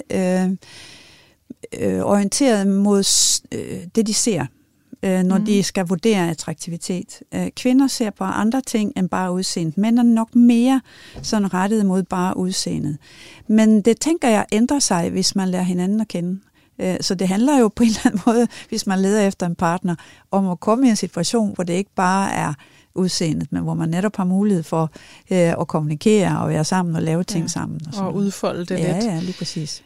orienteret mod det, de ser, når de skal vurdere attraktivitet. Kvinder ser på andre ting end bare udseendet. Mænd er nok mere sådan rettet mod bare udseendet. Men det tænker jeg ændrer sig, hvis man lærer hinanden at kende. Så det handler jo på en eller anden måde, hvis man leder efter en partner, om at komme i en situation, hvor det ikke bare er udseendet, men hvor man netop har mulighed for at kommunikere og være sammen og lave ting sammen. Og udfolde det lidt. Ja, lige præcis.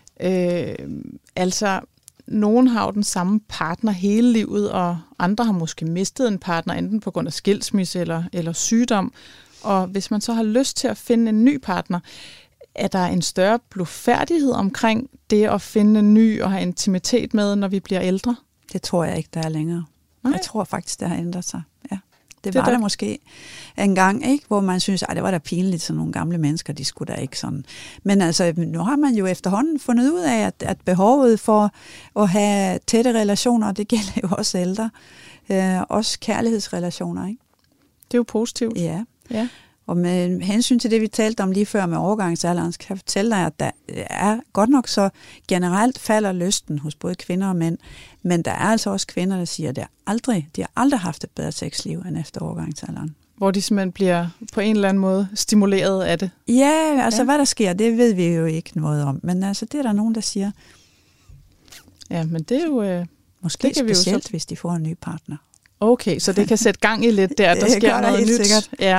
Nogen har jo den samme partner hele livet, og andre har måske mistet en partner, enten på grund af skilsmisse eller sygdom. Og hvis man så har lyst til at finde en ny partner, er der en større blufærdighed omkring det at finde en ny og have intimitet med, når vi bliver ældre? Det tror jeg ikke, der er længere. Nej. Jeg tror faktisk, det har ændret sig. Ja. Det var der måske en gang, ikke, hvor man synes, det var da pinligt, sådan nogle gamle mennesker, de skulle da ikke sådan. Men altså, nu har man jo efterhånden fundet ud af, at behovet for at have tætte relationer, det gælder jo også ældre. Også kærlighedsrelationer, ikke? Det er jo positivt. Ja. Og med hensyn til det, vi talte om lige før med overgangsalderen, kan jeg fortælle dig, at der er godt nok så generelt falder lysten hos både kvinder og mænd, men der er altså også kvinder, der siger, at de har aldrig haft et bedre sexliv end efter overgangsalderen. Hvor de simpelthen bliver på en eller anden måde stimuleret af det. Ja, altså hvad der sker, det ved vi jo ikke noget om, men altså det er der nogen, der siger. Ja, men det er jo... Måske det specielt, hvis de får en ny partner. Okay, så det kan sætte gang i lidt der sker noget nyt. Sikkert. Ja.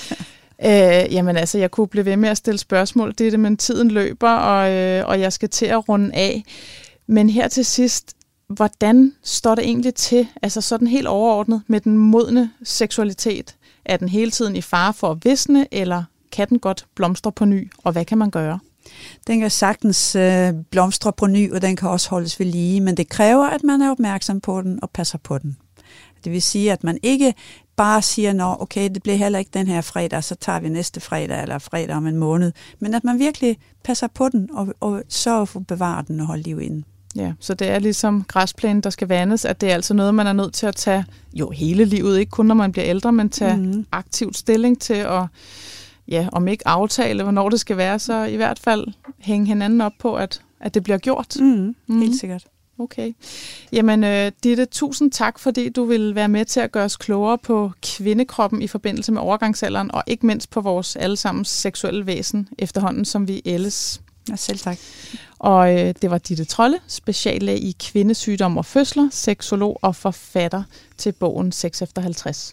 Jamen altså, jeg kunne blive ved med at stille spørgsmål, men tiden løber, og jeg skal til at runde af. Men her til sidst, hvordan står det egentlig til, altså sådan helt overordnet, med den modne seksualitet? Er den hele tiden i fare for at visne, eller kan den godt blomstre på ny, og hvad kan man gøre? Den kan sagtens blomstre på ny, og den kan også holdes ved lige, men det kræver, at man er opmærksom på den og passer på den. Det vil sige, at man ikke bare siger, okay, det bliver heller ikke den her fredag, så tager vi næste fredag eller fredag om en måned. Men at man virkelig passer på den og sørger for at bevare den og holde liv inde. Ja, så det er ligesom græsplænen, der skal vandes, at det er altså noget, man er nødt til at tage hele livet, ikke kun når man bliver ældre, men tage aktivt stilling til at, om ikke aftale, hvornår det skal være, så i hvert fald hænge hinanden op på, at det bliver gjort. Helt sikkert. Okay. Jamen, Ditte, tusind tak, fordi du vil være med til at gøre os klogere på kvindekroppen i forbindelse med overgangsalderen, og ikke mindst på vores allesammens seksuelle væsen efterhånden, som vi ældes. Ja, selv tak. Og det var Ditte Trolle, speciallæge i kvindesygdom og fødsler, seksolog og forfatter til bogen Sex efter 50.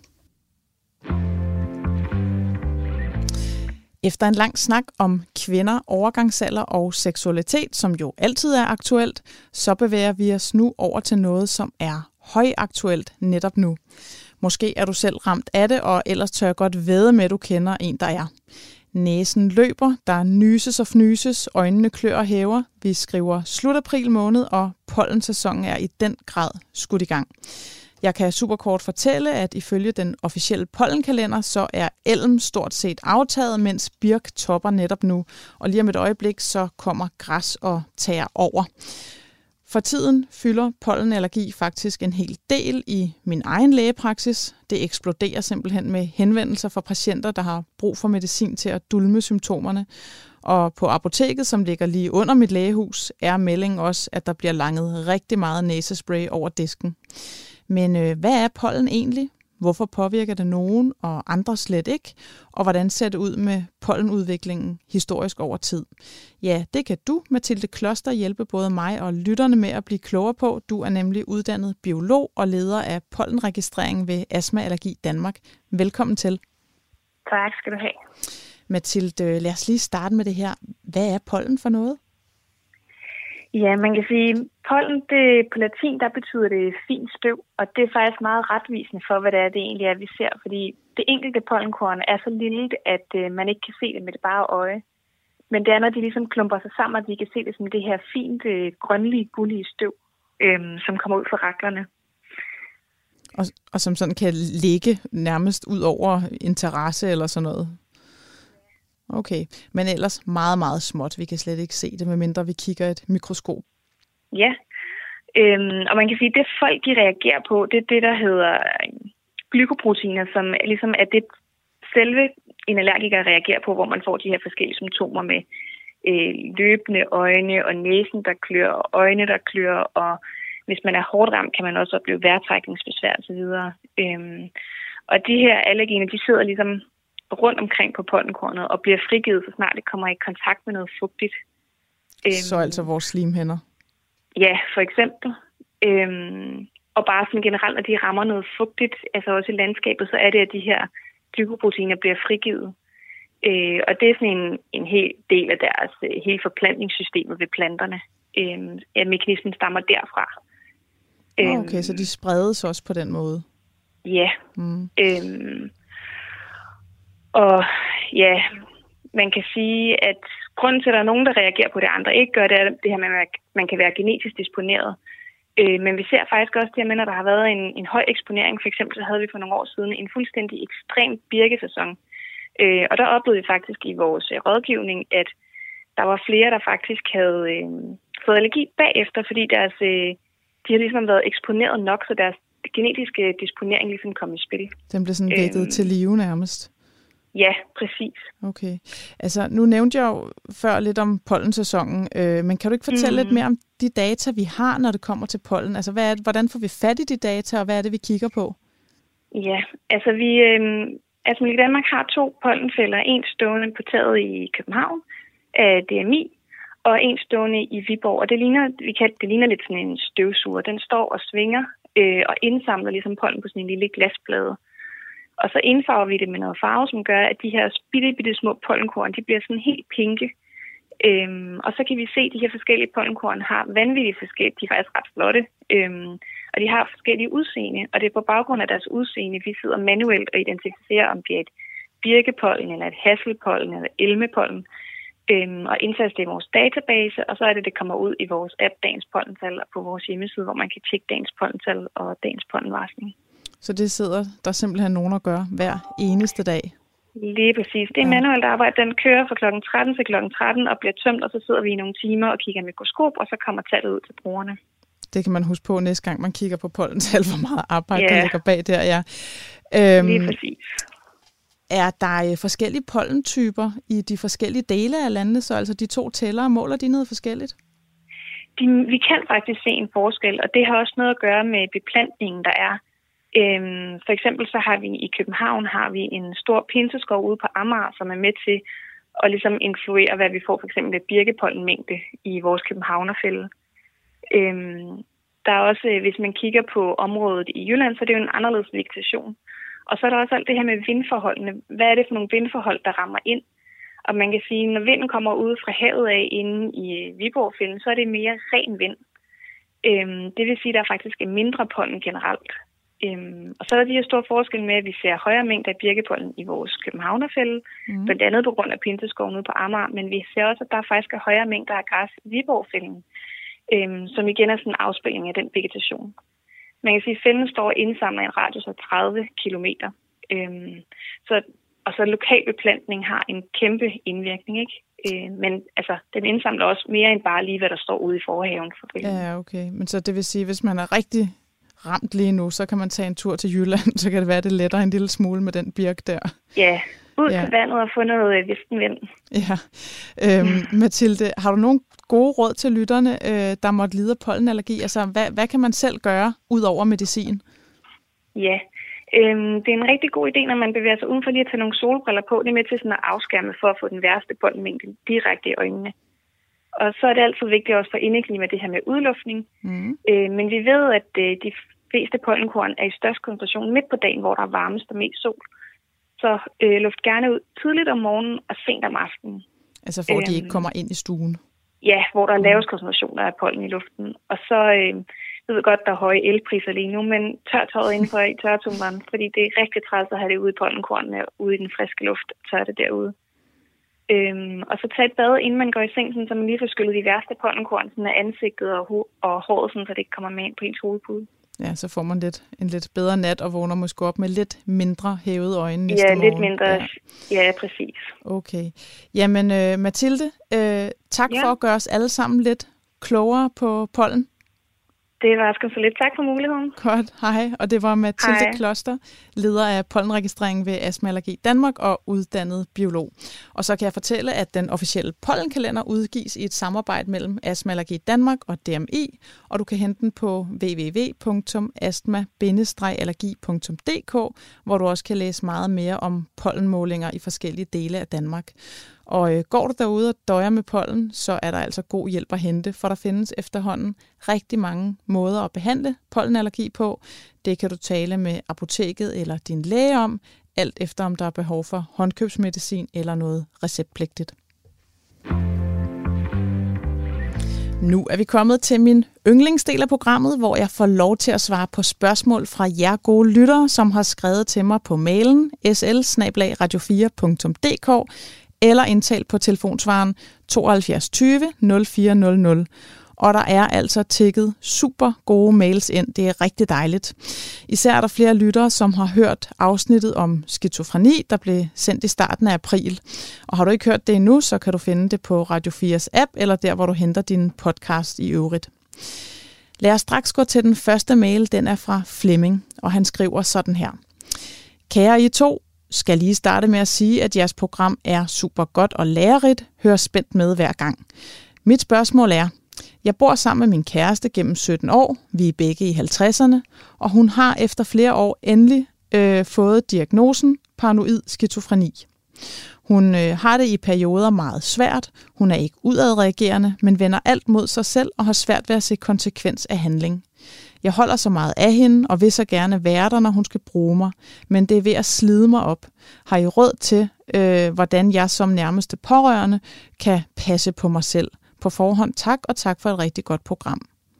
Efter en lang snak om kvinder, overgangsalder og seksualitet, som jo altid er aktuelt, så bevæger vi os nu over til noget, som er højaktuelt netop nu. Måske er du selv ramt af det, og ellers tør jeg godt vædde med, at du kender en, der er. Næsen løber, der nyses og fnyses, øjnene klør og hæver. Vi skriver slut april måned, og pollensæsonen er i den grad skudt i gang. Jeg kan superkort fortælle, at ifølge den officielle pollenkalender, så er elm stort set aftaget, mens birk topper netop nu. Og lige om et øjeblik, så kommer græs og tager over. For tiden fylder pollenallergi faktisk en hel del i min egen lægepraksis. Det eksploderer simpelthen med henvendelser fra patienter, der har brug for medicin til at dulme symptomerne. Og på apoteket, som ligger lige under mit lægehus, er meldingen også, at der bliver langet rigtig meget næsespray over disken. Men hvad er pollen egentlig? Hvorfor påvirker det nogen og andre slet ikke? Og hvordan ser det ud med pollenudviklingen historisk over tid? Ja, det kan du, Mathilde Kloster, hjælpe både mig og lytterne med at blive klogere på. Du er nemlig uddannet biolog og leder af pollenregistreringen ved Astma Allergi Danmark. Velkommen til. Tak skal du have. Mathilde, lad os lige starte med det her. Hvad er pollen for noget? Ja, man kan sige, pollen, det, på latin, der betyder det fint støv, og det er faktisk meget retvisende for, hvad det egentlig er, vi ser, fordi det enkelte pollenkorn er så lille, at man ikke kan se det med det bare øje. Men det er, når de ligesom klumper sig sammen, at vi kan se det som det her fint, grønlige, gullige støv, som kommer ud fra raklerne. Og som sådan kan ligge nærmest ud over en terrasse eller sådan noget. Okay, men ellers meget, meget småt. Vi kan slet ikke se det, medmindre vi kigger et mikroskop. Ja, og man kan sige, at det folk de reagerer på, det er det, der hedder glykoproteiner, som ligesom er det selve en allergiker reagerer på, hvor man får de her forskellige symptomer med løbende øjne og næsen, der klør, og øjne, der klør, og hvis man er hårdt ramt, kan man også opleve vejrtrækningsbesvær osv. Og de her allergener, de sidder ligesom rundt omkring på pollenkornet og bliver frigivet, så snart det kommer i kontakt med noget fugtigt. Så altså vores slimhinder? Ja, for eksempel. Og bare sådan generelt, når de rammer noget fugtigt, altså også i landskabet, så er det, at de her glykoproteiner bliver frigivet. Og det er sådan en hel del af deres hele forplantningssystemet ved planterne. Mekanismen stammer derfra. Okay, så de spredes også på den måde? Ja. Og ja, man kan sige, at grunden til, at der er nogen, der reagerer på det, andre ikke gør, det er det her med, at man kan være genetisk disponeret. Men vi ser faktisk også det her med, at der har været en høj eksponering. For eksempel så havde vi for nogle år siden en fuldstændig ekstrem birkesæson. Og der oplevede vi faktisk i vores rådgivning, at der var flere, der faktisk havde fået allergi bagefter, fordi de har ligesom været eksponeret nok, så deres genetiske disponering ligesom kom i spil. Den blev sådan vækket til live nærmest? Ja, præcis. Okay. Altså, nu nævnte jeg jo før lidt om pollensæsonen, men kan du ikke fortælle lidt mere om de data, vi har, når det kommer til pollen? Altså, hvordan får vi fat i de data, og hvad er det, vi kigger på? Ja, altså vi i Danmark har 2 pollenfælder. En stående på taget i København af DMI, og en stående i Viborg. Og det ligner lidt sådan en støvsuger. Den står og svinger og indsamler ligesom pollen på sådan en lille glasplade. Og så indfarver vi det med noget farve, som gør, at de her bitte små pollenkorn, de bliver sådan helt pinke. Og så kan vi se, at de her forskellige pollenkorn har vanvittigt forskellige. De er faktisk ret flotte. Og de har forskellige udseende. Og det er på baggrund af deres udseende, vi sidder manuelt og identificerer, om det er et birkepollen, eller et hasselpollen, eller elmepollen. Og indtaster det i vores database, og så er det kommer ud i vores app Dagens Pollental og på vores hjemmeside, hvor man kan tjekke Dagens Pollental og Dagens Pollenvarsling. Så det sidder der simpelthen nogen at gøre hver eneste dag? Lige præcis. Det er manuelt arbejde. Den kører fra kl. 13 til kl. 13 og bliver tømt, og så sidder vi i nogle timer og kigger i mikroskop, og så kommer tallet ud til brugerne. Det kan man huske på næste gang, man kigger på pollental, hvor meget arbejde der ligger bag der. Ja. Lige præcis. Er der forskellige pollentyper i de forskellige dele af landene, så altså de 2 tæller, måler de noget forskelligt? Vi kan faktisk se en forskel, og det har også noget at gøre med beplantningen, der er. For eksempel så har vi i København en stor pinseskov ude på Amager, som er med til at ligesom influere, hvad vi får for eksempel af birkepollenmængde i vores københavnerfælde. Der er også, hvis man kigger på området i Jylland, så er det jo en anderledes vegetation. Og så er der også alt det her med vindforholdene. Hvad er det for nogle vindforhold, der rammer ind? Og man kan sige, når vinden kommer ud fra havet af inde i Viborgfælden, så er det mere ren vind. Det vil sige, at der faktisk er mindre pollen generelt. Og så er der de her store forskelle med, at vi ser højere mængder af birkepollen i vores københavnerfælde, blandt andet på grund af pinseskoven ude på Amager, men vi ser også, at der faktisk er højere mængder af græs i Viborgfælden, som igen er sådan en afspilning af den vegetation. Man kan sige, at fælden står og indsamler en radius af 30 kilometer. Og så lokal beplantning har en kæmpe indvirkning, ikke? Men altså, den indsamler også mere end bare lige, hvad der står ude i forhaven for fælden. Ja, okay. Men så det vil sige, at hvis man er rigtig ramt lige nu, så kan man tage en tur til Jylland, så kan det være, det letter en lille smule med den birk der. Ja, ud til vandet og få noget vestenvind. Ja. Mathilde, har du nogle gode råd til lytterne, der måtte lide af pollenallergi? Altså, hvad kan man selv gøre, ud over medicin? Ja, det er en rigtig god idé, når man bevæger sig uden for lige at tage nogle solbriller på. Det er med til sådan at afskærme for at få den værste pollenmængde direkte i øjnene. Og så er det altid vigtigt også for indeklima, det her med udluftning. Men vi ved, at de fleste pollenkorn er i størst koncentration midt på dagen, hvor der er varmest og mest sol. Så luft gerne ud tidligt om morgenen og sent om aftenen. Altså for at de ikke kommer ind i stuen? Ja, hvor der er lavest koncentrationer af pollen i luften. Og så jeg ved godt, der er høje elpriser lige nu, men tør tøjet indenfor i tørretumberen, fordi det er rigtig træls at have det ude i pollenkornene, ude i den friske luft, tør det derude. Og så tage et bad, inden man går i seng, så man lige får skyllet de værste pollenkorn sådan af ansigtet og håret, sådan, så det ikke kommer med ind på ens hovedpude. Ja, så får man en lidt bedre nat og vågner måske op med lidt mindre hævede øjne næste morgen. Ja, lidt mindre. Ja, præcis. Okay. Jamen, Mathilde, tak for at gøre os alle sammen lidt klogere på pollen. Det var sgu så lidt. Tak for muligheden. Godt, hej. Og det var Mathilde Kloster, leder af pollenregistreringen ved Astma Allergi Danmark og uddannet biolog. Og så kan jeg fortælle, at den officielle pollenkalender udgives i et samarbejde mellem Astma Allergi Danmark og DMI, og du kan hente den på www.astma-allergi.dk, hvor du også kan læse meget mere om pollenmålinger i forskellige dele af Danmark. Og går du derude og døjer med pollen, så er der altså god hjælp at hente, for der findes efterhånden rigtig mange måder at behandle pollenallergi på. Det kan du tale med apoteket eller din læge om, alt efter om der er behov for håndkøbsmedicin eller noget receptpligtigt. Nu er vi kommet til min yndlingsdel af programmet, hvor jeg får lov til at svare på spørgsmål fra jer gode lyttere, som har skrevet til mig på mailen sl@radio4.dk eller indtalt på telefonsvaren 72 20 0400. Og der er altså tikket super gode mails ind. Det er rigtig dejligt. Især er der flere lyttere, som har hørt afsnittet om skizofreni, der blev sendt i starten af april. Og har du ikke hørt det endnu, så kan du finde det på Radio 4's app, eller der, hvor du henter din podcast i øvrigt. Lad os straks gå til den første mail. Den er fra Flemming, og han skriver sådan her. Kære I to, skal lige starte med at sige, at jeres program er super godt og lærerigt. Hør spændt med hver gang. Mit spørgsmål er, jeg bor sammen med min kæreste gennem 17 år. Vi er begge i 50'erne, og hun har efter flere år endelig fået diagnosen paranoid skizofreni. Hun har det i perioder meget svært. Hun er ikke udadreagerende, men vender alt mod sig selv og har svært ved at se konsekvens af handling. Jeg holder så meget af hende og vil så gerne være der, når hun skal bruge mig, men det er ved at slide mig op. Har I råd til, hvordan jeg som nærmeste pårørende kan passe på mig selv? På forhånd tak, og tak for et rigtig godt program.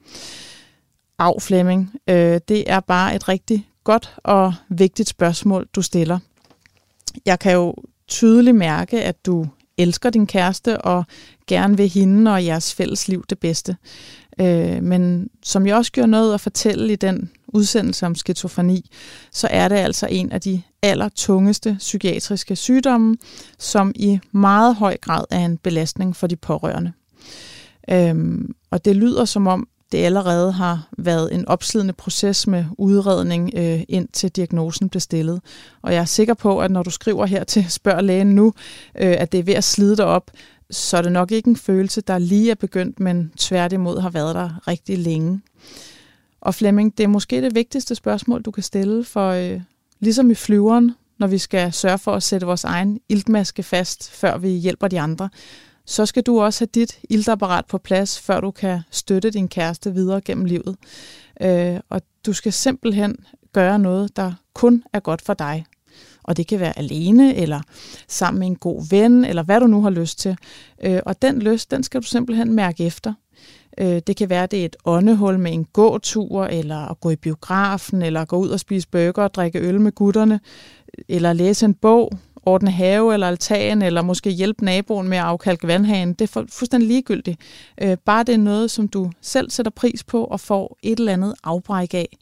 Flemming, det er bare et rigtig godt og vigtigt spørgsmål, du stiller. Jeg kan jo tydeligt mærke, at du elsker din kæreste og gerne vil hende og jeres fælles liv det bedste. Men som jeg også gjorde noget at fortælle i den udsendelse om skizofreni, så er det altså en af de allertungeste psykiatriske sygdomme, som i meget høj grad er en belastning for de pårørende. Og det lyder som om, det allerede har været en opslidende proces med udredning indtil diagnosen blev stillet. Og jeg er sikker på, at når du skriver her til Spørg Lægen nu, at det er ved at slide dig op, så er det nok ikke en følelse, der lige er begyndt, men tværtimod har været der rigtig længe. Og Flemming, det er måske det vigtigste spørgsmål, du kan stille, for ligesom i flyveren, når vi skal sørge for at sætte vores egen iltmaske fast, før vi hjælper de andre, så skal du også have dit iltapparat på plads, før du kan støtte din kæreste videre gennem livet. Og du skal simpelthen gøre noget, der kun er godt for dig. Og det kan være alene, eller sammen med en god ven, eller hvad du nu har lyst til. Og den lyst, den skal du simpelthen mærke efter. Det kan være, at det er et åndehul med en gåtur, eller at gå i biografen, eller at gå ud og spise burger og drikke øl med gutterne, eller læse en bog, ordne have eller altan, eller måske hjælpe naboen med at afkalke vandhanen. Det er fuldstændig ligegyldigt. Bare det er noget, som du selv sætter pris på og får et eller andet afbræk af.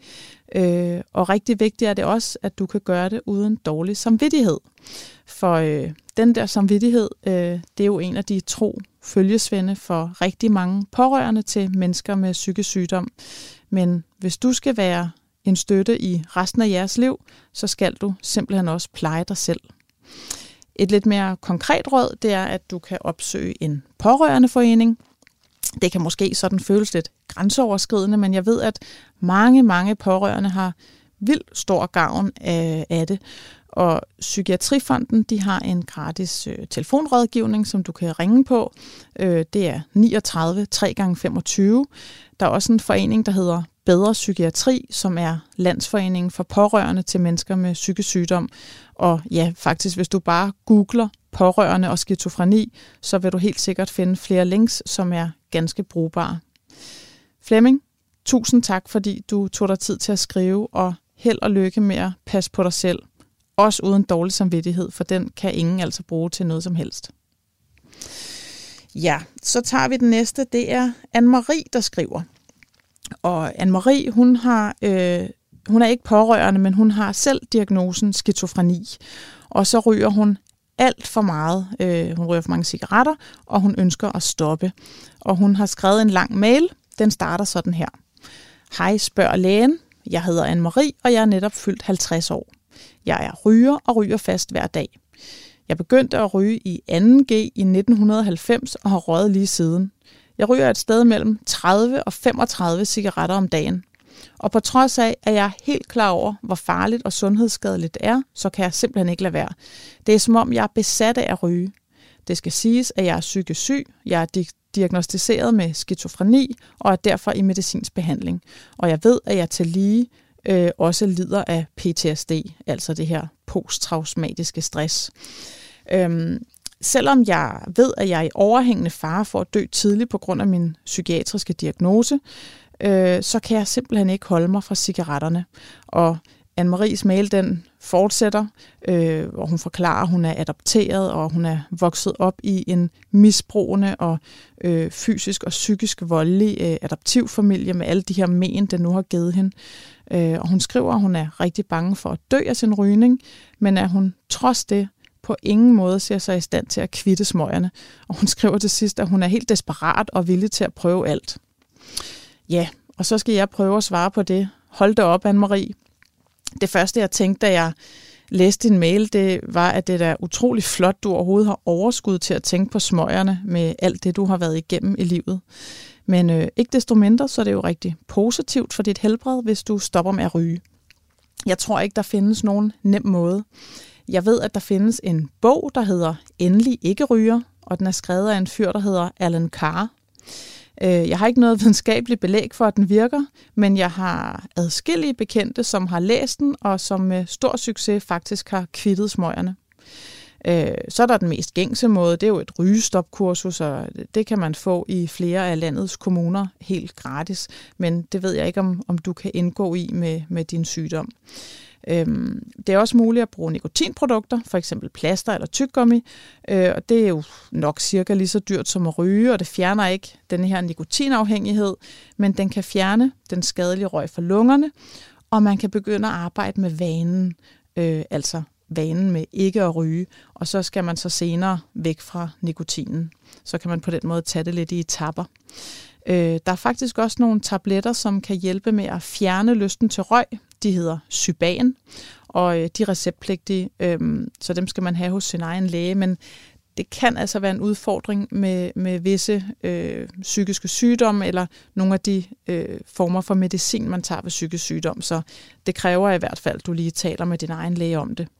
Og rigtig vigtigt er det også, at du kan gøre det uden dårlig samvittighed. For den der samvittighed, det er jo en af de tro følgesvende for rigtig mange pårørende til mennesker med psykisk sygdom. Men hvis du skal være en støtte i resten af jeres liv, så skal du simpelthen også pleje dig selv. Et lidt mere konkret råd, det er, at du kan opsøge en pårørendeforening. Det kan måske sådan føles lidt grænseoverskridende, men jeg ved, at mange pårørende har vildt stor gavn af det. Og Psykiatrifonden, de har en gratis telefonrådgivning, som du kan ringe på. Det er 39 3x25. Der er også en forening, der hedder Bedre Psykiatri, som er Landsforeningen for pårørende til mennesker med psykisk sygdom. Og ja, faktisk, hvis du bare googler pårørende og skizofreni, så vil du helt sikkert finde flere links, som er ganske brugbare. Flemming, tusind tak, fordi du tog dig tid til at skrive, og held og lykke med at passe på dig selv. Også uden dårlig samvittighed, for den kan ingen altså bruge til noget som helst. Ja, så tager vi den næste. Det er Anne-Marie, der skriver. Og Anne-Marie, hun er ikke pårørende, men hun har selv diagnosen skizofreni. Og så ryger hun alt for meget. Hun ryger for mange cigaretter, og hun ønsker at stoppe. Og hun har skrevet en lang mail. Den starter sådan her. Hej, spørg lægen. Jeg hedder Anne-Marie, og jeg er netop fyldt 50 år. Jeg er ryger og ryger fast hver dag. Jeg begyndte at ryge i 2G i 1990 og har røget lige siden. Jeg ryger et sted mellem 30 og 35 cigaretter om dagen. Og på trods af, at jeg er helt klar over, hvor farligt og sundhedsskadeligt det er, så kan jeg simpelthen ikke lade være. Det er som om, jeg er besat af at ryge. Det skal siges, at jeg er psykisk syg, jeg er diagnosticeret med skizofreni og er derfor i medicinsk behandling. Og jeg ved, at jeg tillige også lider af PTSD, altså det her posttraumatiske stress. Selvom jeg ved, at jeg er i overhængende fare for at dø tidligt på grund af min psykiatriske diagnose, så kan jeg simpelthen ikke holde mig fra cigaretterne. Og Anne-Maries mail, den fortsætter, hvor hun forklarer, at hun er adopteret, og hun er vokset op i en misbrugende og fysisk og psykisk voldelig adoptivfamilie med alle de her men, den nu har givet hende. Og hun skriver, at hun er rigtig bange for at dø af sin rygning, men at hun trods det på ingen måde ser sig i stand til at kvitte smøgerne. Og hun skriver til sidst, at hun er helt desperat og villig til at prøve alt. Ja, og så skal jeg prøve at svare på det. Hold da op, Anne-Marie. Det første, jeg tænkte, da jeg læste din mail, det var, at det er utrolig flot, du overhovedet har overskud til at tænke på smøgerne med alt det, du har været igennem i livet. Men ikke desto mindre, så er det jo rigtig positivt for dit helbred, hvis du stopper med at ryge. Jeg tror ikke, der findes nogen nem måde. Jeg ved, at der findes en bog, der hedder Endelig ikke ryger, og den er skrevet af en fyr, der hedder Alan Carr. Jeg har ikke noget videnskabeligt belæg for, at den virker, men jeg har adskillige bekendte, som har læst den, og som med stor succes faktisk har kvittet smøgerne. Så er der den mest gængse måde, det er jo et rygestopkursus, og det kan man få i flere af landets kommuner helt gratis, men det ved jeg ikke, om du kan indgå i med din sygdom. Det er også muligt at bruge nikotinprodukter, for eksempel plaster eller tyggegummi, og det er jo nok cirka lige så dyrt som at ryge, og det fjerner ikke den her nikotinafhængighed, men den kan fjerne den skadelige røg fra lungerne, og man kan begynde at arbejde med vanen, altså vanen med ikke at ryge, og så skal man så senere væk fra nikotinen. Så kan man på den måde tage det lidt i etaper. Der er faktisk også nogle tabletter, som kan hjælpe med at fjerne lysten til røg. De hedder Syban, og de er receptpligtige, så dem skal man have hos sin egen læge, men det kan altså være en udfordring med visse psykiske sygdomme, eller nogle af de former for medicin, man tager ved psykisk sygdom, så det kræver i hvert fald, at du lige taler med din egen læge om det.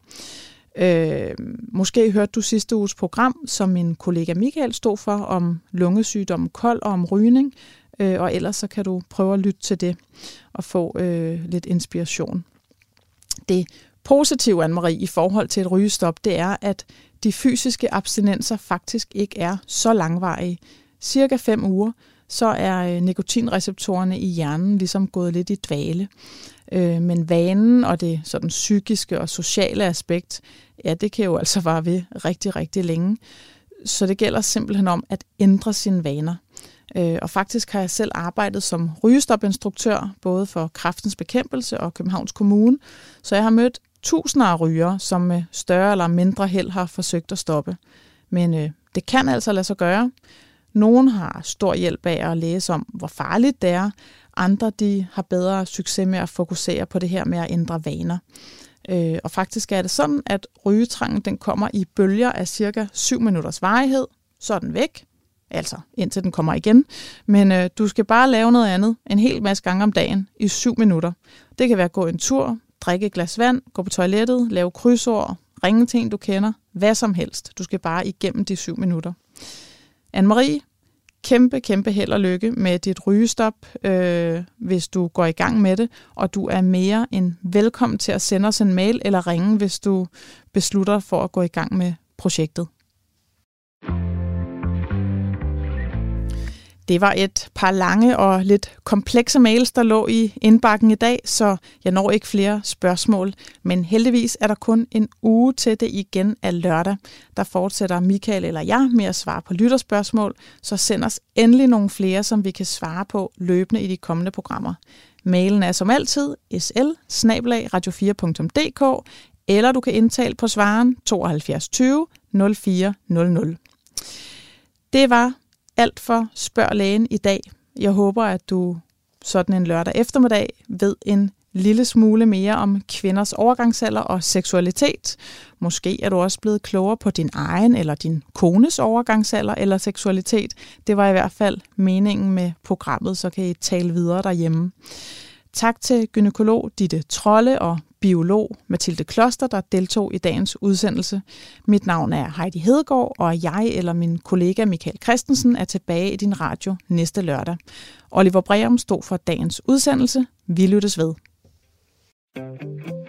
Måske hørte du sidste uges program, som min kollega Michael stod for, om lungesygdom KOL og om rygning, og ellers så kan du prøve at lytte til det og få lidt inspiration. Det positive, Anne-Marie, i forhold til et rygestop, det er, at de fysiske abstinenser faktisk ikke er så langvarige. Cirka 5 uger, så er nikotinreceptorerne i hjernen ligesom gået lidt i dvale. Men vanen og det sådan psykiske og sociale aspekt, ja, det kan jo altså vare ved rigtig, rigtig længe. Så det gælder simpelthen om at ændre sine vaner. Og faktisk har jeg selv arbejdet som rygestopinstruktør, både for Kræftens Bekæmpelse og Københavns Kommune. Så jeg har mødt tusinder af rygere, som med større eller mindre held har forsøgt at stoppe. Men det kan altså lade sig gøre. Nogle har stor hjælp af at læse om, hvor farligt det er. Andre de har bedre succes med at fokusere på det her med at ændre vaner. Og faktisk er det sådan, at rygetrangen den kommer i bølger af cirka 7 minutters varighed. Så er den væk. Altså indtil den kommer igen. Men du skal bare lave noget andet en hel masse gange om dagen i 7 minutter. Det kan være at gå en tur, drikke et glas vand, gå på toilettet, lave krydsord, ringe til en, du kender, hvad som helst. Du skal bare igennem de 7 minutter. Anne-Marie, kæmpe held og lykke med dit rygestop, hvis du går i gang med det, og du er mere end velkommen til at sende os en mail eller ringe, hvis du beslutter for at gå i gang med projektet. Det var et par lange og lidt komplekse mails, der lå i indbakken i dag, så jeg når ikke flere spørgsmål. Men heldigvis er der kun en uge til det igen er lørdag. Der fortsætter Michael eller jeg med at svare på lytterspørgsmål, så send os endelig nogle flere, som vi kan svare på løbende i de kommende programmer. Mailen er som altid sl@radio4.dk, eller du kan indtale på svaren 72 20 04 00. Det var alt for Spørg Lægen i dag. Jeg håber, at du sådan en lørdag eftermiddag ved en lille smule mere om kvinders overgangsalder og seksualitet. Måske er du også blevet klogere på din egen eller din kones overgangsalder eller seksualitet. Det var i hvert fald meningen med programmet, så kan I tale videre derhjemme. Tak til gynækolog Ditte Trolle og biolog Mathilde Kloster, der deltog i dagens udsendelse. Mit navn er Heidi Hedegaard, og jeg eller min kollega Michael Christensen er tilbage i din radio næste lørdag. Oliver Breum stod for dagens udsendelse. Vi lyttes ved.